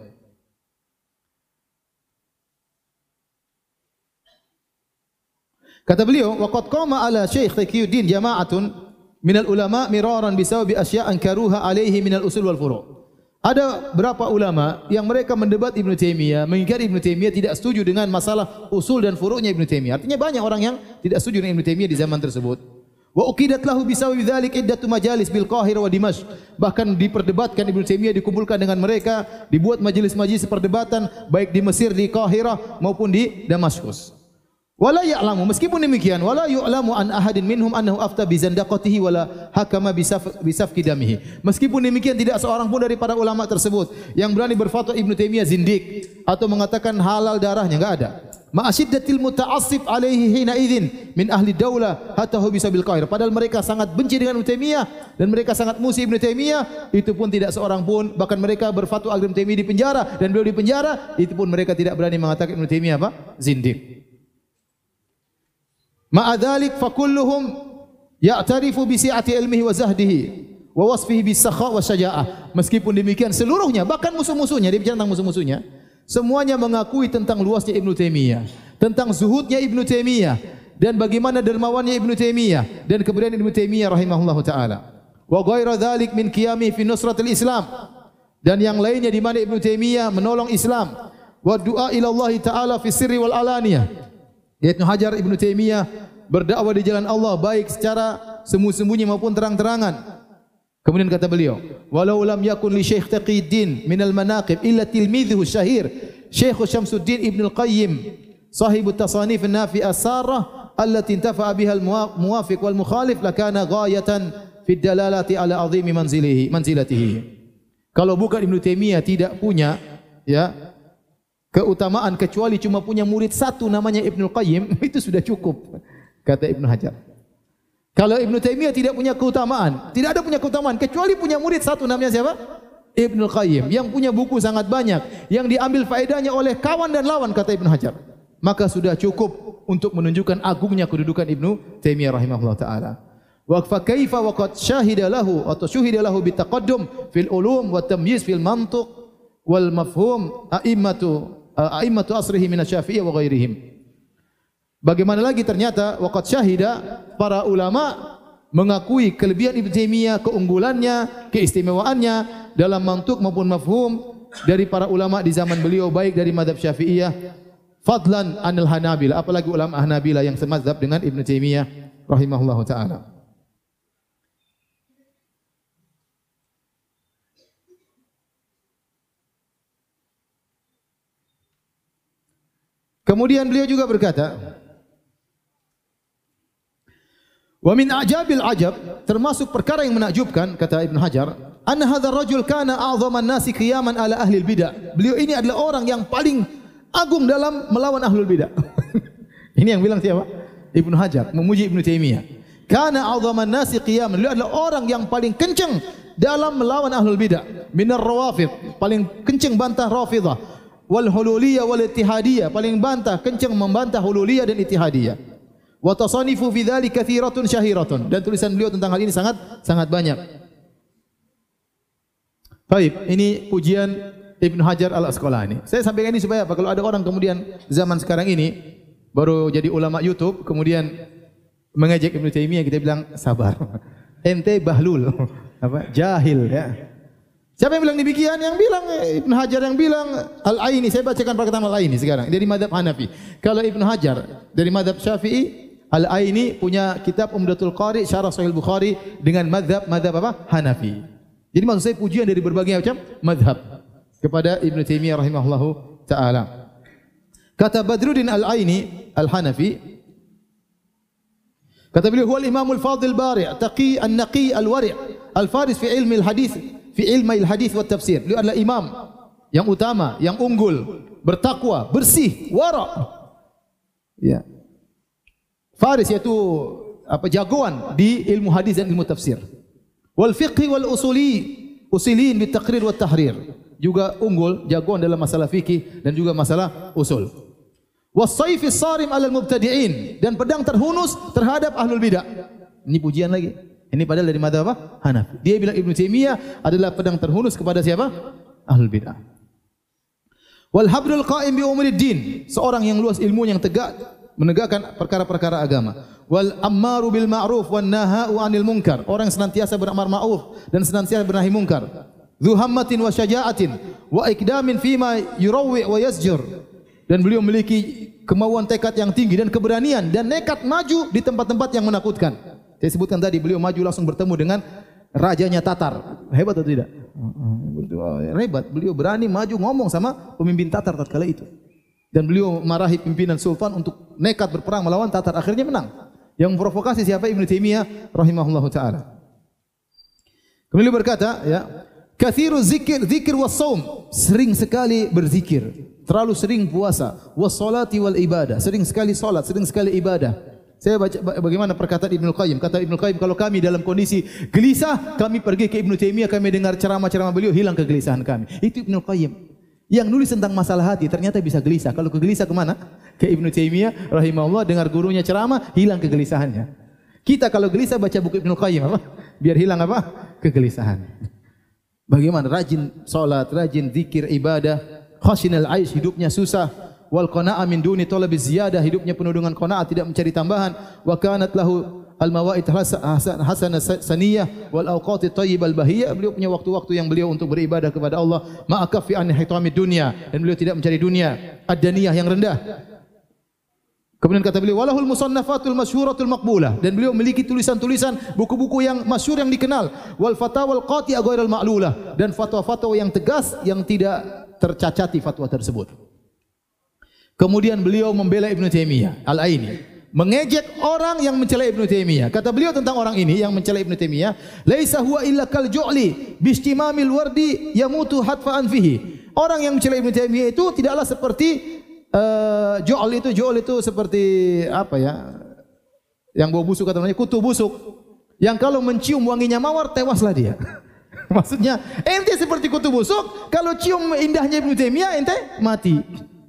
Kata beliau, waqad qama ala Syekh Taqiyuddin jama'atun minal ulama miraran bisababi asya'an karuha alaihi minal usul wal furu'. Ada berapa ulama yang mereka mendebat Ibnu Taimiyah, mengingkari Ibnu Taimiyah, tidak setuju dengan masalah usul dan furu'nya Ibnu Taimiyah. Artinya banyak orang yang tidak setuju dengan Ibnu Taimiyah di zaman tersebut. Wa uqidat lahu bisawi dzalik iddatu majalis bil Qahirah wa Dimashq. Bahkan diperdebatkan Ibnu Taimiyah, dikumpulkan dengan mereka, dibuat majelis-majelis perdebatan baik di Mesir, di Qahirah maupun di Damaskus. Wala ya'lamu, meskipun demikian, wala yu'lamu an ahadin minhum annahu afta bi zandaqatihi wala hakama bi safki damihi. Meskipun demikian tidak seorang pun dari para ulama tersebut yang berani berfatwa Ibnu Taimiyah zindik atau mengatakan halal darahnya, enggak ada. Ma'asyiddatil muta'assib alaihi hina idzin min ahli daulah hatta hu bisa bil Qahirah. Padahal mereka sangat benci dengan Ibnu Taimiyah dan mereka sangat musuh Ibnu Taimiyah, itu pun tidak seorang pun, bahkan mereka berfatwa agar Ibnu Taimiyah dipenjara dan beliau dipenjara, itu pun mereka tidak berani mengatakan Ibnu Taimiyah apa? Zindik. Ma'adzalik fa kulluhum ya'tarifu bi si'ati ilmihi wa zahdihi wa wasfihi bis sakha wa syaja'ah. Meskipun demikian seluruhnya, bahkan musuh-musuhnya, dia bicara tentang musuh-musuhnya, semuanya mengakui tentang luasnya Ibnu Taimiyah, tentang zuhudnya Ibnu Taimiyah dan bagaimana dermawannya Ibnu Taimiyah dan keberanian Ibnu Taimiyah rahimahullahu taala. Wa ghairu dzalik min qiyami fi nusratil Islam, dan yang lainnya di mana Ibnu Taimiyah menolong Islam, wa du'a ila Allah taala fi sirri wal alaniyah. Ibnu Hajar Ibnu Taimiyah berdakwah di jalan Allah baik secara sembunyi-sembunyi maupun terang-terangan. Kemudian kata beliau, walau lam yakun li Syekh Taqiyuddin min al-manaqib illa tilmidhuhu syahir Syekh Syamsuddin Ibnu Al-Qayyim sahibu tasanif an-nafi as-sarah allati intafa'a biha al-muwafiq wal mukhalif lakana ghayatan fi dalalati ala azimi manzilihi manzilatihi. Kalau bukan Ibnu Taimiyah tidak punya ya keutamaan kecuali cuma punya murid satu namanya Ibnu Qayyim, itu sudah cukup, kata Ibnu Hajar. Kalau Ibnu Taimiyah tidak punya keutamaan, tidak ada punya keutamaan kecuali punya murid satu namanya siapa? Ibnu Qayyim, yang punya buku sangat banyak, yang diambil faedahnya oleh kawan dan lawan, kata Ibnu Hajar. Maka sudah cukup untuk menunjukkan agungnya kedudukan Ibnu Taimiyah rahimahullah taala. Wa fa kaifa wa qad syahida lahu atau syuhida lahu bitaqaddum fil ulum wa tamyiz fil mantuq wal mafhum a'immatu a'immatu asrihi min asy-Syafi'i wa ghairihim. Bagaimana lagi ternyata waqad syahida, para ulama mengakui kelebihan Ibnu Taimiyah, keunggulannya, keistimewaannya dalam mantuk maupun mafhum dari para ulama di zaman beliau, baik dari mazhab Syafi'iyah fadlan anil Hanabilah, apalagi ulama Hanabilah yang semazhab dengan Ibnu Taimiyah rahimahullahu taala. Kemudian beliau juga berkata, wa min ajabil ajab, termasuk perkara yang menakjubkan, kata Ibnu Hajar, anna hadzal rajul kana a'dhaman nasi qiyaman ala ahli bidah. Beliau ini adalah orang yang paling agung dalam melawan ahlul bidah. Ini yang bilang siapa? Ibnu Hajar memuji Ibnu Taimiyah. Kana a'dhaman nasi qiyaman, beliau adalah orang yang paling kencang dalam melawan ahlul bidah. Minar rawafid, paling kencang bantah Rafidhah. Wal hululiyah wal ittihadiyah, paling bantah kencang membantah hululiyah dan ittihadiyah. Wa tasanifu fi dzalika katsiratun syahiratun, dan tulisan beliau tentang hal ini sangat sangat banyak. Baik, ini pujian Ibnu Hajar Al-Asqalani. Saya sampaikan ini supaya apa? Kalau ada orang kemudian zaman sekarang ini baru jadi ulama YouTube kemudian mengejek Ibnu Taimiyah, kita bilang sabar. Ente bahlul, apa? Jahil ya. Siapa yang bilang demikian? Yang bilang Ibnu Hajar, yang bilang Al-Aini. Saya bacakan perkataan Al-Aini sekarang dari mazhab Hanafi. Kalau Ibnu Hajar dari mazhab Syafi'i, Al-Aini punya kitab Umdatul Qari Syarah Sahih Bukhari dengan mazhab mazhab apa? Hanafi. Jadi maksud saya pujian dari berbagai macam mazhab kepada Ibnu Taimiyah rahimahullahu taala. Kata Badruddin Al-Aini Al-Hanafi, kata beliau, huwal imamul fadil bari' taqi an-naqi al-wari' al-faris fi ilmi al-hadis fi ilmi al-hadis wa tafsir. Beliau adalah imam yang utama, yang unggul, bertakwa, bersih, wara'. Ya. Faris yaitu apa, jagoan di ilmu hadis dan ilmu tafsir. Wal fiqh wal usuli, usilin bi taqrir wa tahrir. Juga unggul, jagoan dalam masalah fikih dan juga masalah usul. Was sayfis sarim 'alal mubtadi'in, dan pedang terhunus terhadap ahlul bidah. Ini pujian lagi. Ini padahal dari mazhab apa? Hanafi. Dia bilang Ibnu Taimiyah adalah pedang terhunus kepada siapa? Ahlul bidah. Wal habrul qa'im bi umuriddin, seorang yang luas ilmu, yang tegak menegakkan perkara-perkara agama. Wal ammaru bil ma'ruf wan nahau 'anil munkar, orang yang senantiasa beramar ma'ruf dan senantiasa bernahi munkar. dzu hammatin wa syaja'atin wa ikdamin fima yurawwi wa yasjur. Dan beliau memiliki kemauan tekad yang tinggi dan keberanian dan nekat maju di tempat-tempat yang menakutkan. Saya sebutkan tadi beliau maju langsung bertemu dengan rajanya Tatar. Hebat atau tidak? Hebat. Beliau berani maju ngomong sama pemimpin Tatar tatkala itu. Dan beliau marahi pimpinan sultan untuk nekat berperang melawan Tatar. Akhirnya menang. Yang memprovokasi siapa? Ibnu Taimiyah rahimahullahu taala. Kemudian beliau berkata, ya, katsiru zikir, zikir was saum, sering sekali berzikir, terlalu sering puasa, was salati wal ibadah, sering sekali salat, sering sekali ibadah. Saya baca bagaimana perkataan Ibnu Qayyim. Kata Ibnu Qayyim, kalau kami dalam kondisi gelisah, kami pergi ke Ibnu Taimiyah, kami dengar ceramah-ceramah beliau, hilang kegelisahan kami. Itu Ibnu Qayyim. Yang nulis tentang masalah hati ternyata bisa gelisah. Kalau kegelisah kemana? Ke Ibnu Taimiyah rahimahullah, dengar gurunya ceramah, hilang kegelisahannya. Kita kalau gelisah baca buku Ibnu Qayyim apa? Biar hilang apa? Kegelisahan. Bagaimana? Rajin salat, rajin zikir, ibadah, khashinal aish, hidupnya susah. Wal qana'a min duni talabi ziyadah, hidupnya penuh dengan qanaah, tidak mencari tambahan. Wa kanat lahu al mawaid hasanah saniyah wal awqat thayyibal bahiyah. Beliau punya waktu-waktu yang beliau untuk beribadah kepada Allah. Ma'akaf fi an hitamid dunya, dan beliau tidak mencari dunia ad-daniyah yang rendah. Kemudian kata beliau, walahul musannafatul masyhuratul maqbulah, dan beliau memiliki tulisan-tulisan, buku-buku yang masyhur yang dikenal, wal fatawal qati'ah ghairal ma'lulah, dan fatwa-fatwa yang tegas yang tidak tercacati fatwa tersebut. Kemudian beliau membela Ibnu Taimiyah Al-Aini, mengejek orang yang mencela Ibnu Taimiyah. Kata beliau tentang orang ini yang mencela Ibnu Taimiyah, laisa huwa illa kal ju'li bistimamil wardi yamutu hatfa anfihi. Orang yang mencela Ibnu Taimiyah itu tidaklah seperti Uh, Jo'ol itu, Jo'ol itu seperti apa ya? Yang bau busuk kata namanya kutu busuk. Yang kalau mencium wanginya mawar tewaslah dia. Maksudnya ente seperti kutu busuk, kalau cium indahnya Ibnu Taimiyah ente mati.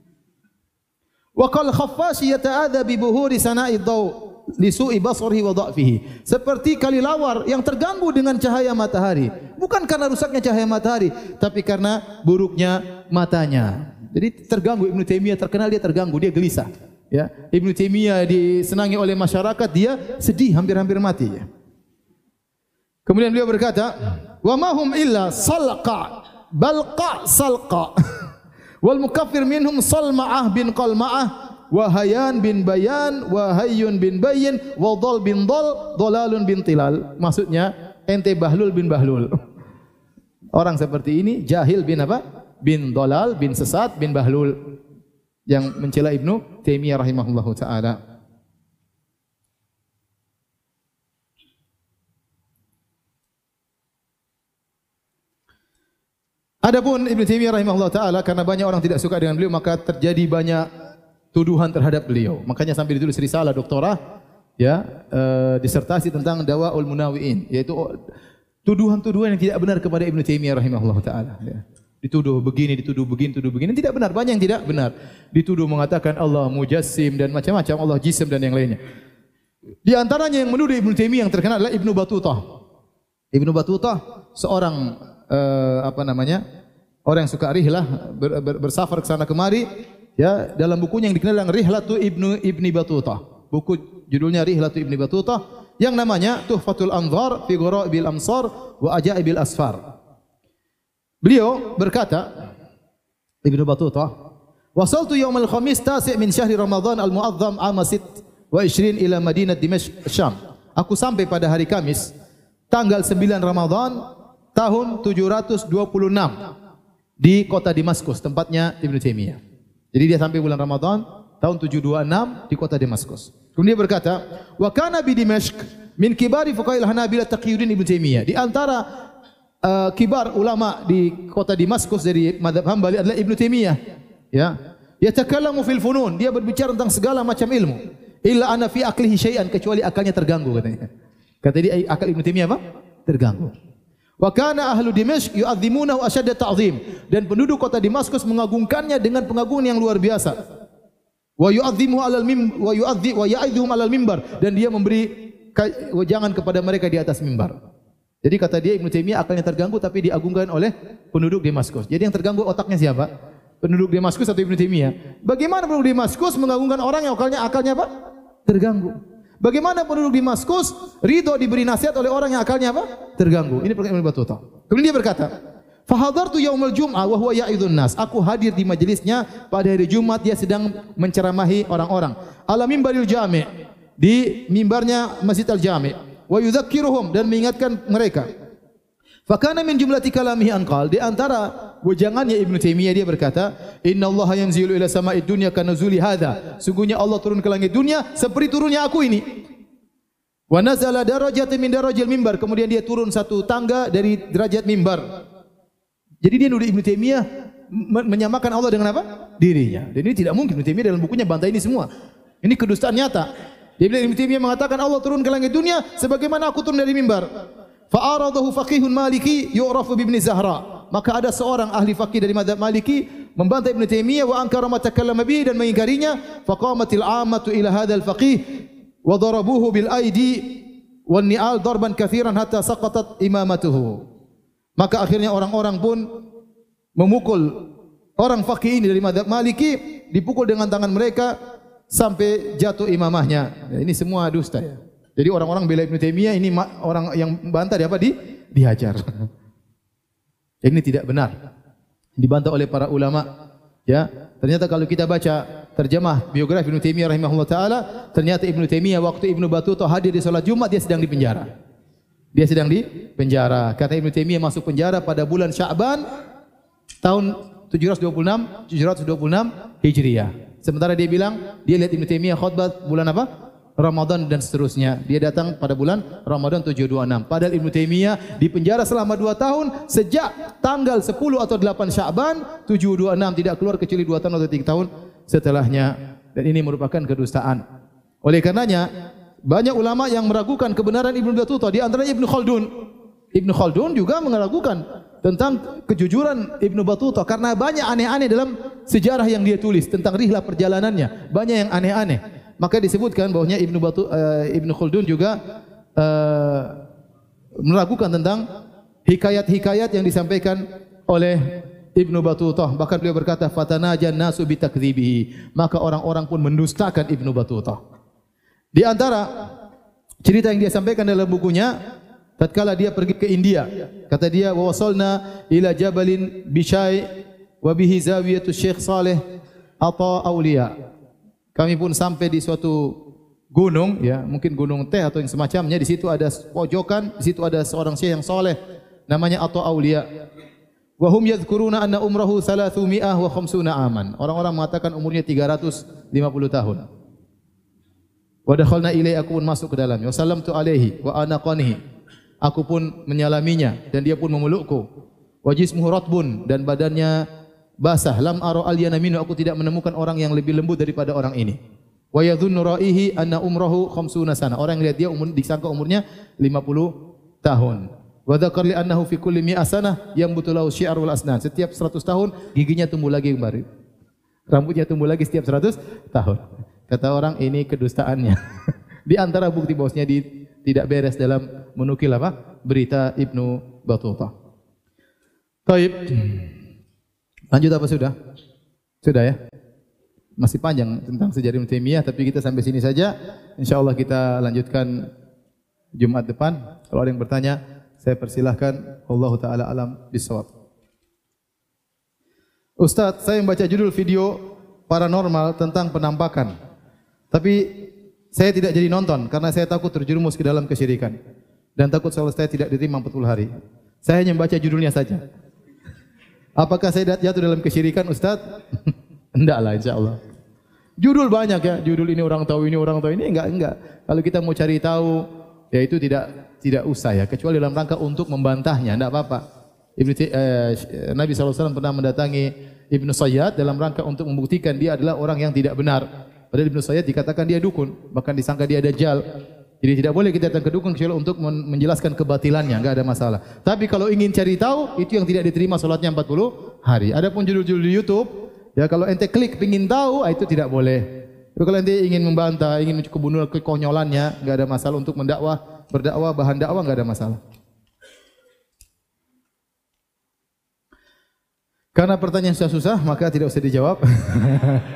Wa qal khaffash yata'adha bi buhuri sana'i dhaw li su'i basarihi wa dha'fihi. Seperti kalilawar yang terganggu dengan cahaya matahari, bukan karena rusaknya cahaya matahari, tapi karena buruknya matanya. Jadi terganggu. Ibnu Taimiyah terkenal dia terganggu, dia gelisah. Ya, Ibnu Taimiyah disenangi oleh masyarakat, dia sedih hampir-hampir mati. Ya. Kemudian beliau berkata, wa ma hum illa salqa balqa salqa wal mukaffir minhum Salma'ah bin Qalma'ah wa Hayyan bin Bayan wa Hayyun bin Bayyin wa Dhal bin Dhal Dhalalun bin Tilal. Maksudnya ente Bahlul bin Bahlul. Orang seperti ini jahil bin apa? Bin Dolal, bin Sesat, bin Bahlul, yang mencela Ibnu Taimiyah rahimahullahu taala. Adapun Ibnu Taimiyah rahimahullahu taala, karena banyak orang tidak suka dengan beliau, maka terjadi banyak tuduhan terhadap beliau. Makanya sampai ditulis risalah doktorah, ya, e, disertasi tentang Dawaul Munawiin, yaitu tuduhan-tuduhan yang tidak benar kepada Ibnu Taimiyah rahimahullahu taala. Ya. Dituduh begini, dituduh begini, dituduh begini, tidak benar, banyak yang tidak benar. Dituduh mengatakan Allah mujassim dan macam-macam, Allah jisim dan yang lainnya. Di antaranya yang menuduh Ibnu Taimiyah yang terkenal adalah Ibnu Battutah. Ibnu Battutah seorang uh, apa namanya? Orang yang suka rihlah, ber, ber, bersafar ke sana kemari, ya, dalam bukunya yang dikenal dengan Rihlatu Ibnu Ibni Battutah. Buku judulnya Rihlatu Ibni Battutah yang namanya Tuhfatul Anzar fi Ghara'ibil Amsar wa Ajaibil Asfar. Beliau berkata, Ibnu Battutah, wasaltu yaumal khamis tasi' min syahri Ramadan al-mu'azzam ama sit wa ishrin ila Madinah Dimashq Syam. Aku sampai pada hari Kamis tanggal sembilan Ramadan tahun tujuh ratus dua puluh enam di kota Damaskus, tempatnya Ibnu Taimiyah. Jadi dia sampai bulan Ramadan tahun tujuh ratus dua puluh enam di kota Damaskus. Kemudian dia berkata, wa kana bi Dimashq min kibari fuqaha'il Hanabilah Taqiyuddin Ibnu Taimiyah. Di antara Uh, kibar ulama di kota Damaskus dari mazhab Hambali adalah Ibnu Taimiyah. Ya, yatakallamu fil funun, dia berbicara tentang segala macam ilmu. Illa ana fi aqlihi syai'an, kecuali akalnya terganggu katanya. Kata dia akal Ibnu Taimiyah apa? Terganggu. Wa kana ahlu Dimashq yu'azzimunahu ashadda ta'zim, dan penduduk kota Damaskus mengagungkannya dengan pengagungan yang luar biasa. Wa yu'azzimuhu 'alal mim wa yu'adzi wa ya'idhuhum 'alal mimbar, dan dia memberi wejangan kepada mereka di atas mimbar. Jadi kata dia Ibnu Taimiyah akalnya terganggu tapi diagungkan oleh penduduk Damaskus. Jadi yang terganggu otaknya siapa? Penduduk Damaskus atau Ibnu Taimiyah? Bagaimana penduduk Damaskus mengagungkan orang yang akalnya akalnya apa? Terganggu. Bagaimana penduduk Damaskus ridho diberi nasihat oleh orang yang akalnya apa? Terganggu. Ini perkataan Ibnu Battutah. Kemudian dia berkata, Fahadartu yaumul jum'ah wa huwa ya'idhun nas. Aku hadir di majelisnya pada hari Jumat, dia sedang menceramahi orang-orang. Ala mimbaril jami', di mimbarnya Masjid Al-Jami'. Wa yudzakiruhum, dan mengingatkan mereka. Fakana min jumlati kalamihi anqal, di antara wejangannya Ibnu Taimiyah dia berkata, innallaha yanzilu ila sama'id dunya kanuzuli hadza. Sungguhnya Allah turun ke langit dunia seperti turunnya aku ini. Wa nazala darajatan min darajil mimbar, kemudian dia turun satu tangga dari derajat mimbar. Jadi dia nuduh Ibnu Taimiyah menyamakan Allah dengan apa? Dirinya. Dan ini tidak mungkin. Ibnu Taimiyah dalam bukunya bantai ini semua. Ini kedustaan nyata. Dia bilang Ibnu Taimiyah mengatakan Allah turun ke langit dunia sebagaimana aku turun dari mimbar. Fa'aradahu faqihun Maliki yu'rafu bi Ibn Zahra. Maka ada seorang ahli faqih dari mazhab Maliki membantai Ibnu Taimiyah wa ankara ma takallama bihi, dan mengingkarinya. Faqamatil 'ammatu ila hadzal faqih wa darabuhu bil aidi wan ni'al darban katsiran hatta saqatat imamatuhu. Maka akhirnya orang-orang pun memukul orang faqih ini dari mazhab Maliki, dipukul dengan tangan mereka sampai jatuh imamahnya. Ya, ini semua dusta. Jadi orang-orang bela Ibnu Taimiyah, ini orang yang bantah dia apa? Di, dihajar. Ini tidak benar. Dibantah oleh para ulama. Ya, ternyata kalau kita baca terjemah biografi Ibnu Taimiyah rahimahullah taala, ternyata Ibnu Taimiyah waktu Ibnu Battutah hadir di salat Jumat dia sedang di penjara. Dia sedang di penjara. Kata Ibnu Taimiyah masuk penjara pada bulan Sya'ban tahun tujuh ratus dua puluh enam tujuh ratus dua puluh enam Hijriah. Sementara dia bilang dia lihat Ibnu Taimiyah khutbah bulan apa? Ramadan dan seterusnya. Dia datang pada bulan Ramadan tujuh ratus dua puluh enam. Padahal Ibnu Taimiyah di penjara selama dua tahun sejak tanggal sepuluh atau delapan Sya'ban tujuh ratus dua puluh enam, tidak keluar kecuali dua tahun atau tiga tahun setelahnya. Dan ini merupakan kedustaan. Oleh karenanya banyak ulama yang meragukan kebenaran Ibnu Battutah, di antaranya Ibnu Khaldun. Ibnu Khaldun juga meragukan tentang kejujuran Ibnu Battutah karena banyak aneh-aneh dalam sejarah yang dia tulis tentang rihlah perjalanannya, banyak yang aneh-aneh. Maka disebutkan bahwasanya Ibnu Batu, uh, Ibnu Khaldun juga uh, meragukan tentang hikayat-hikayat yang disampaikan oleh Ibnu Battutah. Bahkan beliau berkata, "Fatanajan nasu bitakdzibihi." Maka orang-orang pun mendustakan Ibnu Battutah. Di antara cerita yang dia sampaikan dalam bukunya, tatkala dia pergi ke India, kata dia, "Wa wasalna ila jabalin bisyai wa bihi zawiyatu Syekh Saleh Ata Aulia." Kami pun sampai di suatu gunung, ya, mungkin gunung teh atau yang semacamnya. Di situ ada pojokan, di situ ada seorang syekh yang soleh, namanya Ata Aulia. Wa hum yadhkuruna anna umrahu thalathumiyah wa khamsuna aman. Orang-orang mengatakan umurnya tiga ratus lima puluh tahun. Wa dakhalna ilaihi, aku pun masuk ke dalamnya. Wa sallamtu alaihi wa anaqanihi. Aku pun menyalaminya dan dia pun memelukku. Wa jismuhu ratbun, dan badannya basah. Lam ara alyana minhu, aku tidak menemukan orang yang lebih lembut daripada orang ini. Wa yadhunnu ra'ihi anna umrahu khamsuna sana. Orang yang lihat dia umur, disangka umurnya lima puluh tahun. Wa dzakar li annahu fi kulli mi'a sanah yambutu lahu syi'rul asnan. Setiap seratus tahun giginya tumbuh lagi kembali. Rambutnya tumbuh lagi setiap seratus tahun. Kata orang ini kedustaannya. Di antara bukti bahwasanya di tidak beres dalam menukil apa? Berita Ibnu Battutah. Baik. Lanjut apa sudah? Sudah ya? Masih panjang tentang sejarah Ibnu Taimiyah, tapi kita sampai sini saja. Insyaallah kita lanjutkan Jumat depan. Kalau ada yang bertanya, saya persilahkan. Wallahu taala alam bissawab. Ustaz, saya membaca judul video paranormal tentang penampakan. Tapi saya tidak jadi nonton karena saya takut terjerumus ke dalam kesyirikan dan takut salat saya tidak diterima empat puluh hari. Saya hanya membaca judulnya saja. Apakah saya jatuh dalam kesyirikan, Ustaz? Enggak lah, insyaallah. Judul banyak ya, judul ini orang tahu, ini orang tahu, ini enggak enggak. Kalau kita mau cari tahu, ya itu tidak tidak usah ya, kecuali dalam rangka untuk membantahnya, enggak apa-apa. Ibnu eh, Nabi sallallahu alaihi wasallam pernah mendatangi Ibnu Sayyad dalam rangka untuk membuktikan dia adalah orang yang tidak benar. Padahal Ibnu Sayyad dikatakan dia dukun, bahkan disangka dia dajjal. Jadi tidak boleh kita datang ke dukun kecuali untuk menjelaskan kebatilannya, enggak ada masalah. Tapi kalau ingin cari tahu, itu yang tidak diterima salatnya empat puluh hari. Adapun judul-judul di YouTube, ya kalau ente klik pengin tahu, itu tidak boleh. Tapi kalau ente ingin membantah, ingin kebunuh kekonyolannya, enggak ada masalah. Untuk mendakwah, berdakwah, bahan dakwah enggak ada masalah. Karena pertanyaan susah-susah, maka tidak usah dijawab.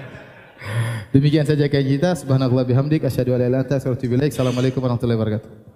Demikian saja kajian kita. Subhanallah bihamdik, asyhadu an la ilaha illa anta, astaghfiruka wa atubu ilaik. Assalamualaikum warahmatullahi wabarakatuh.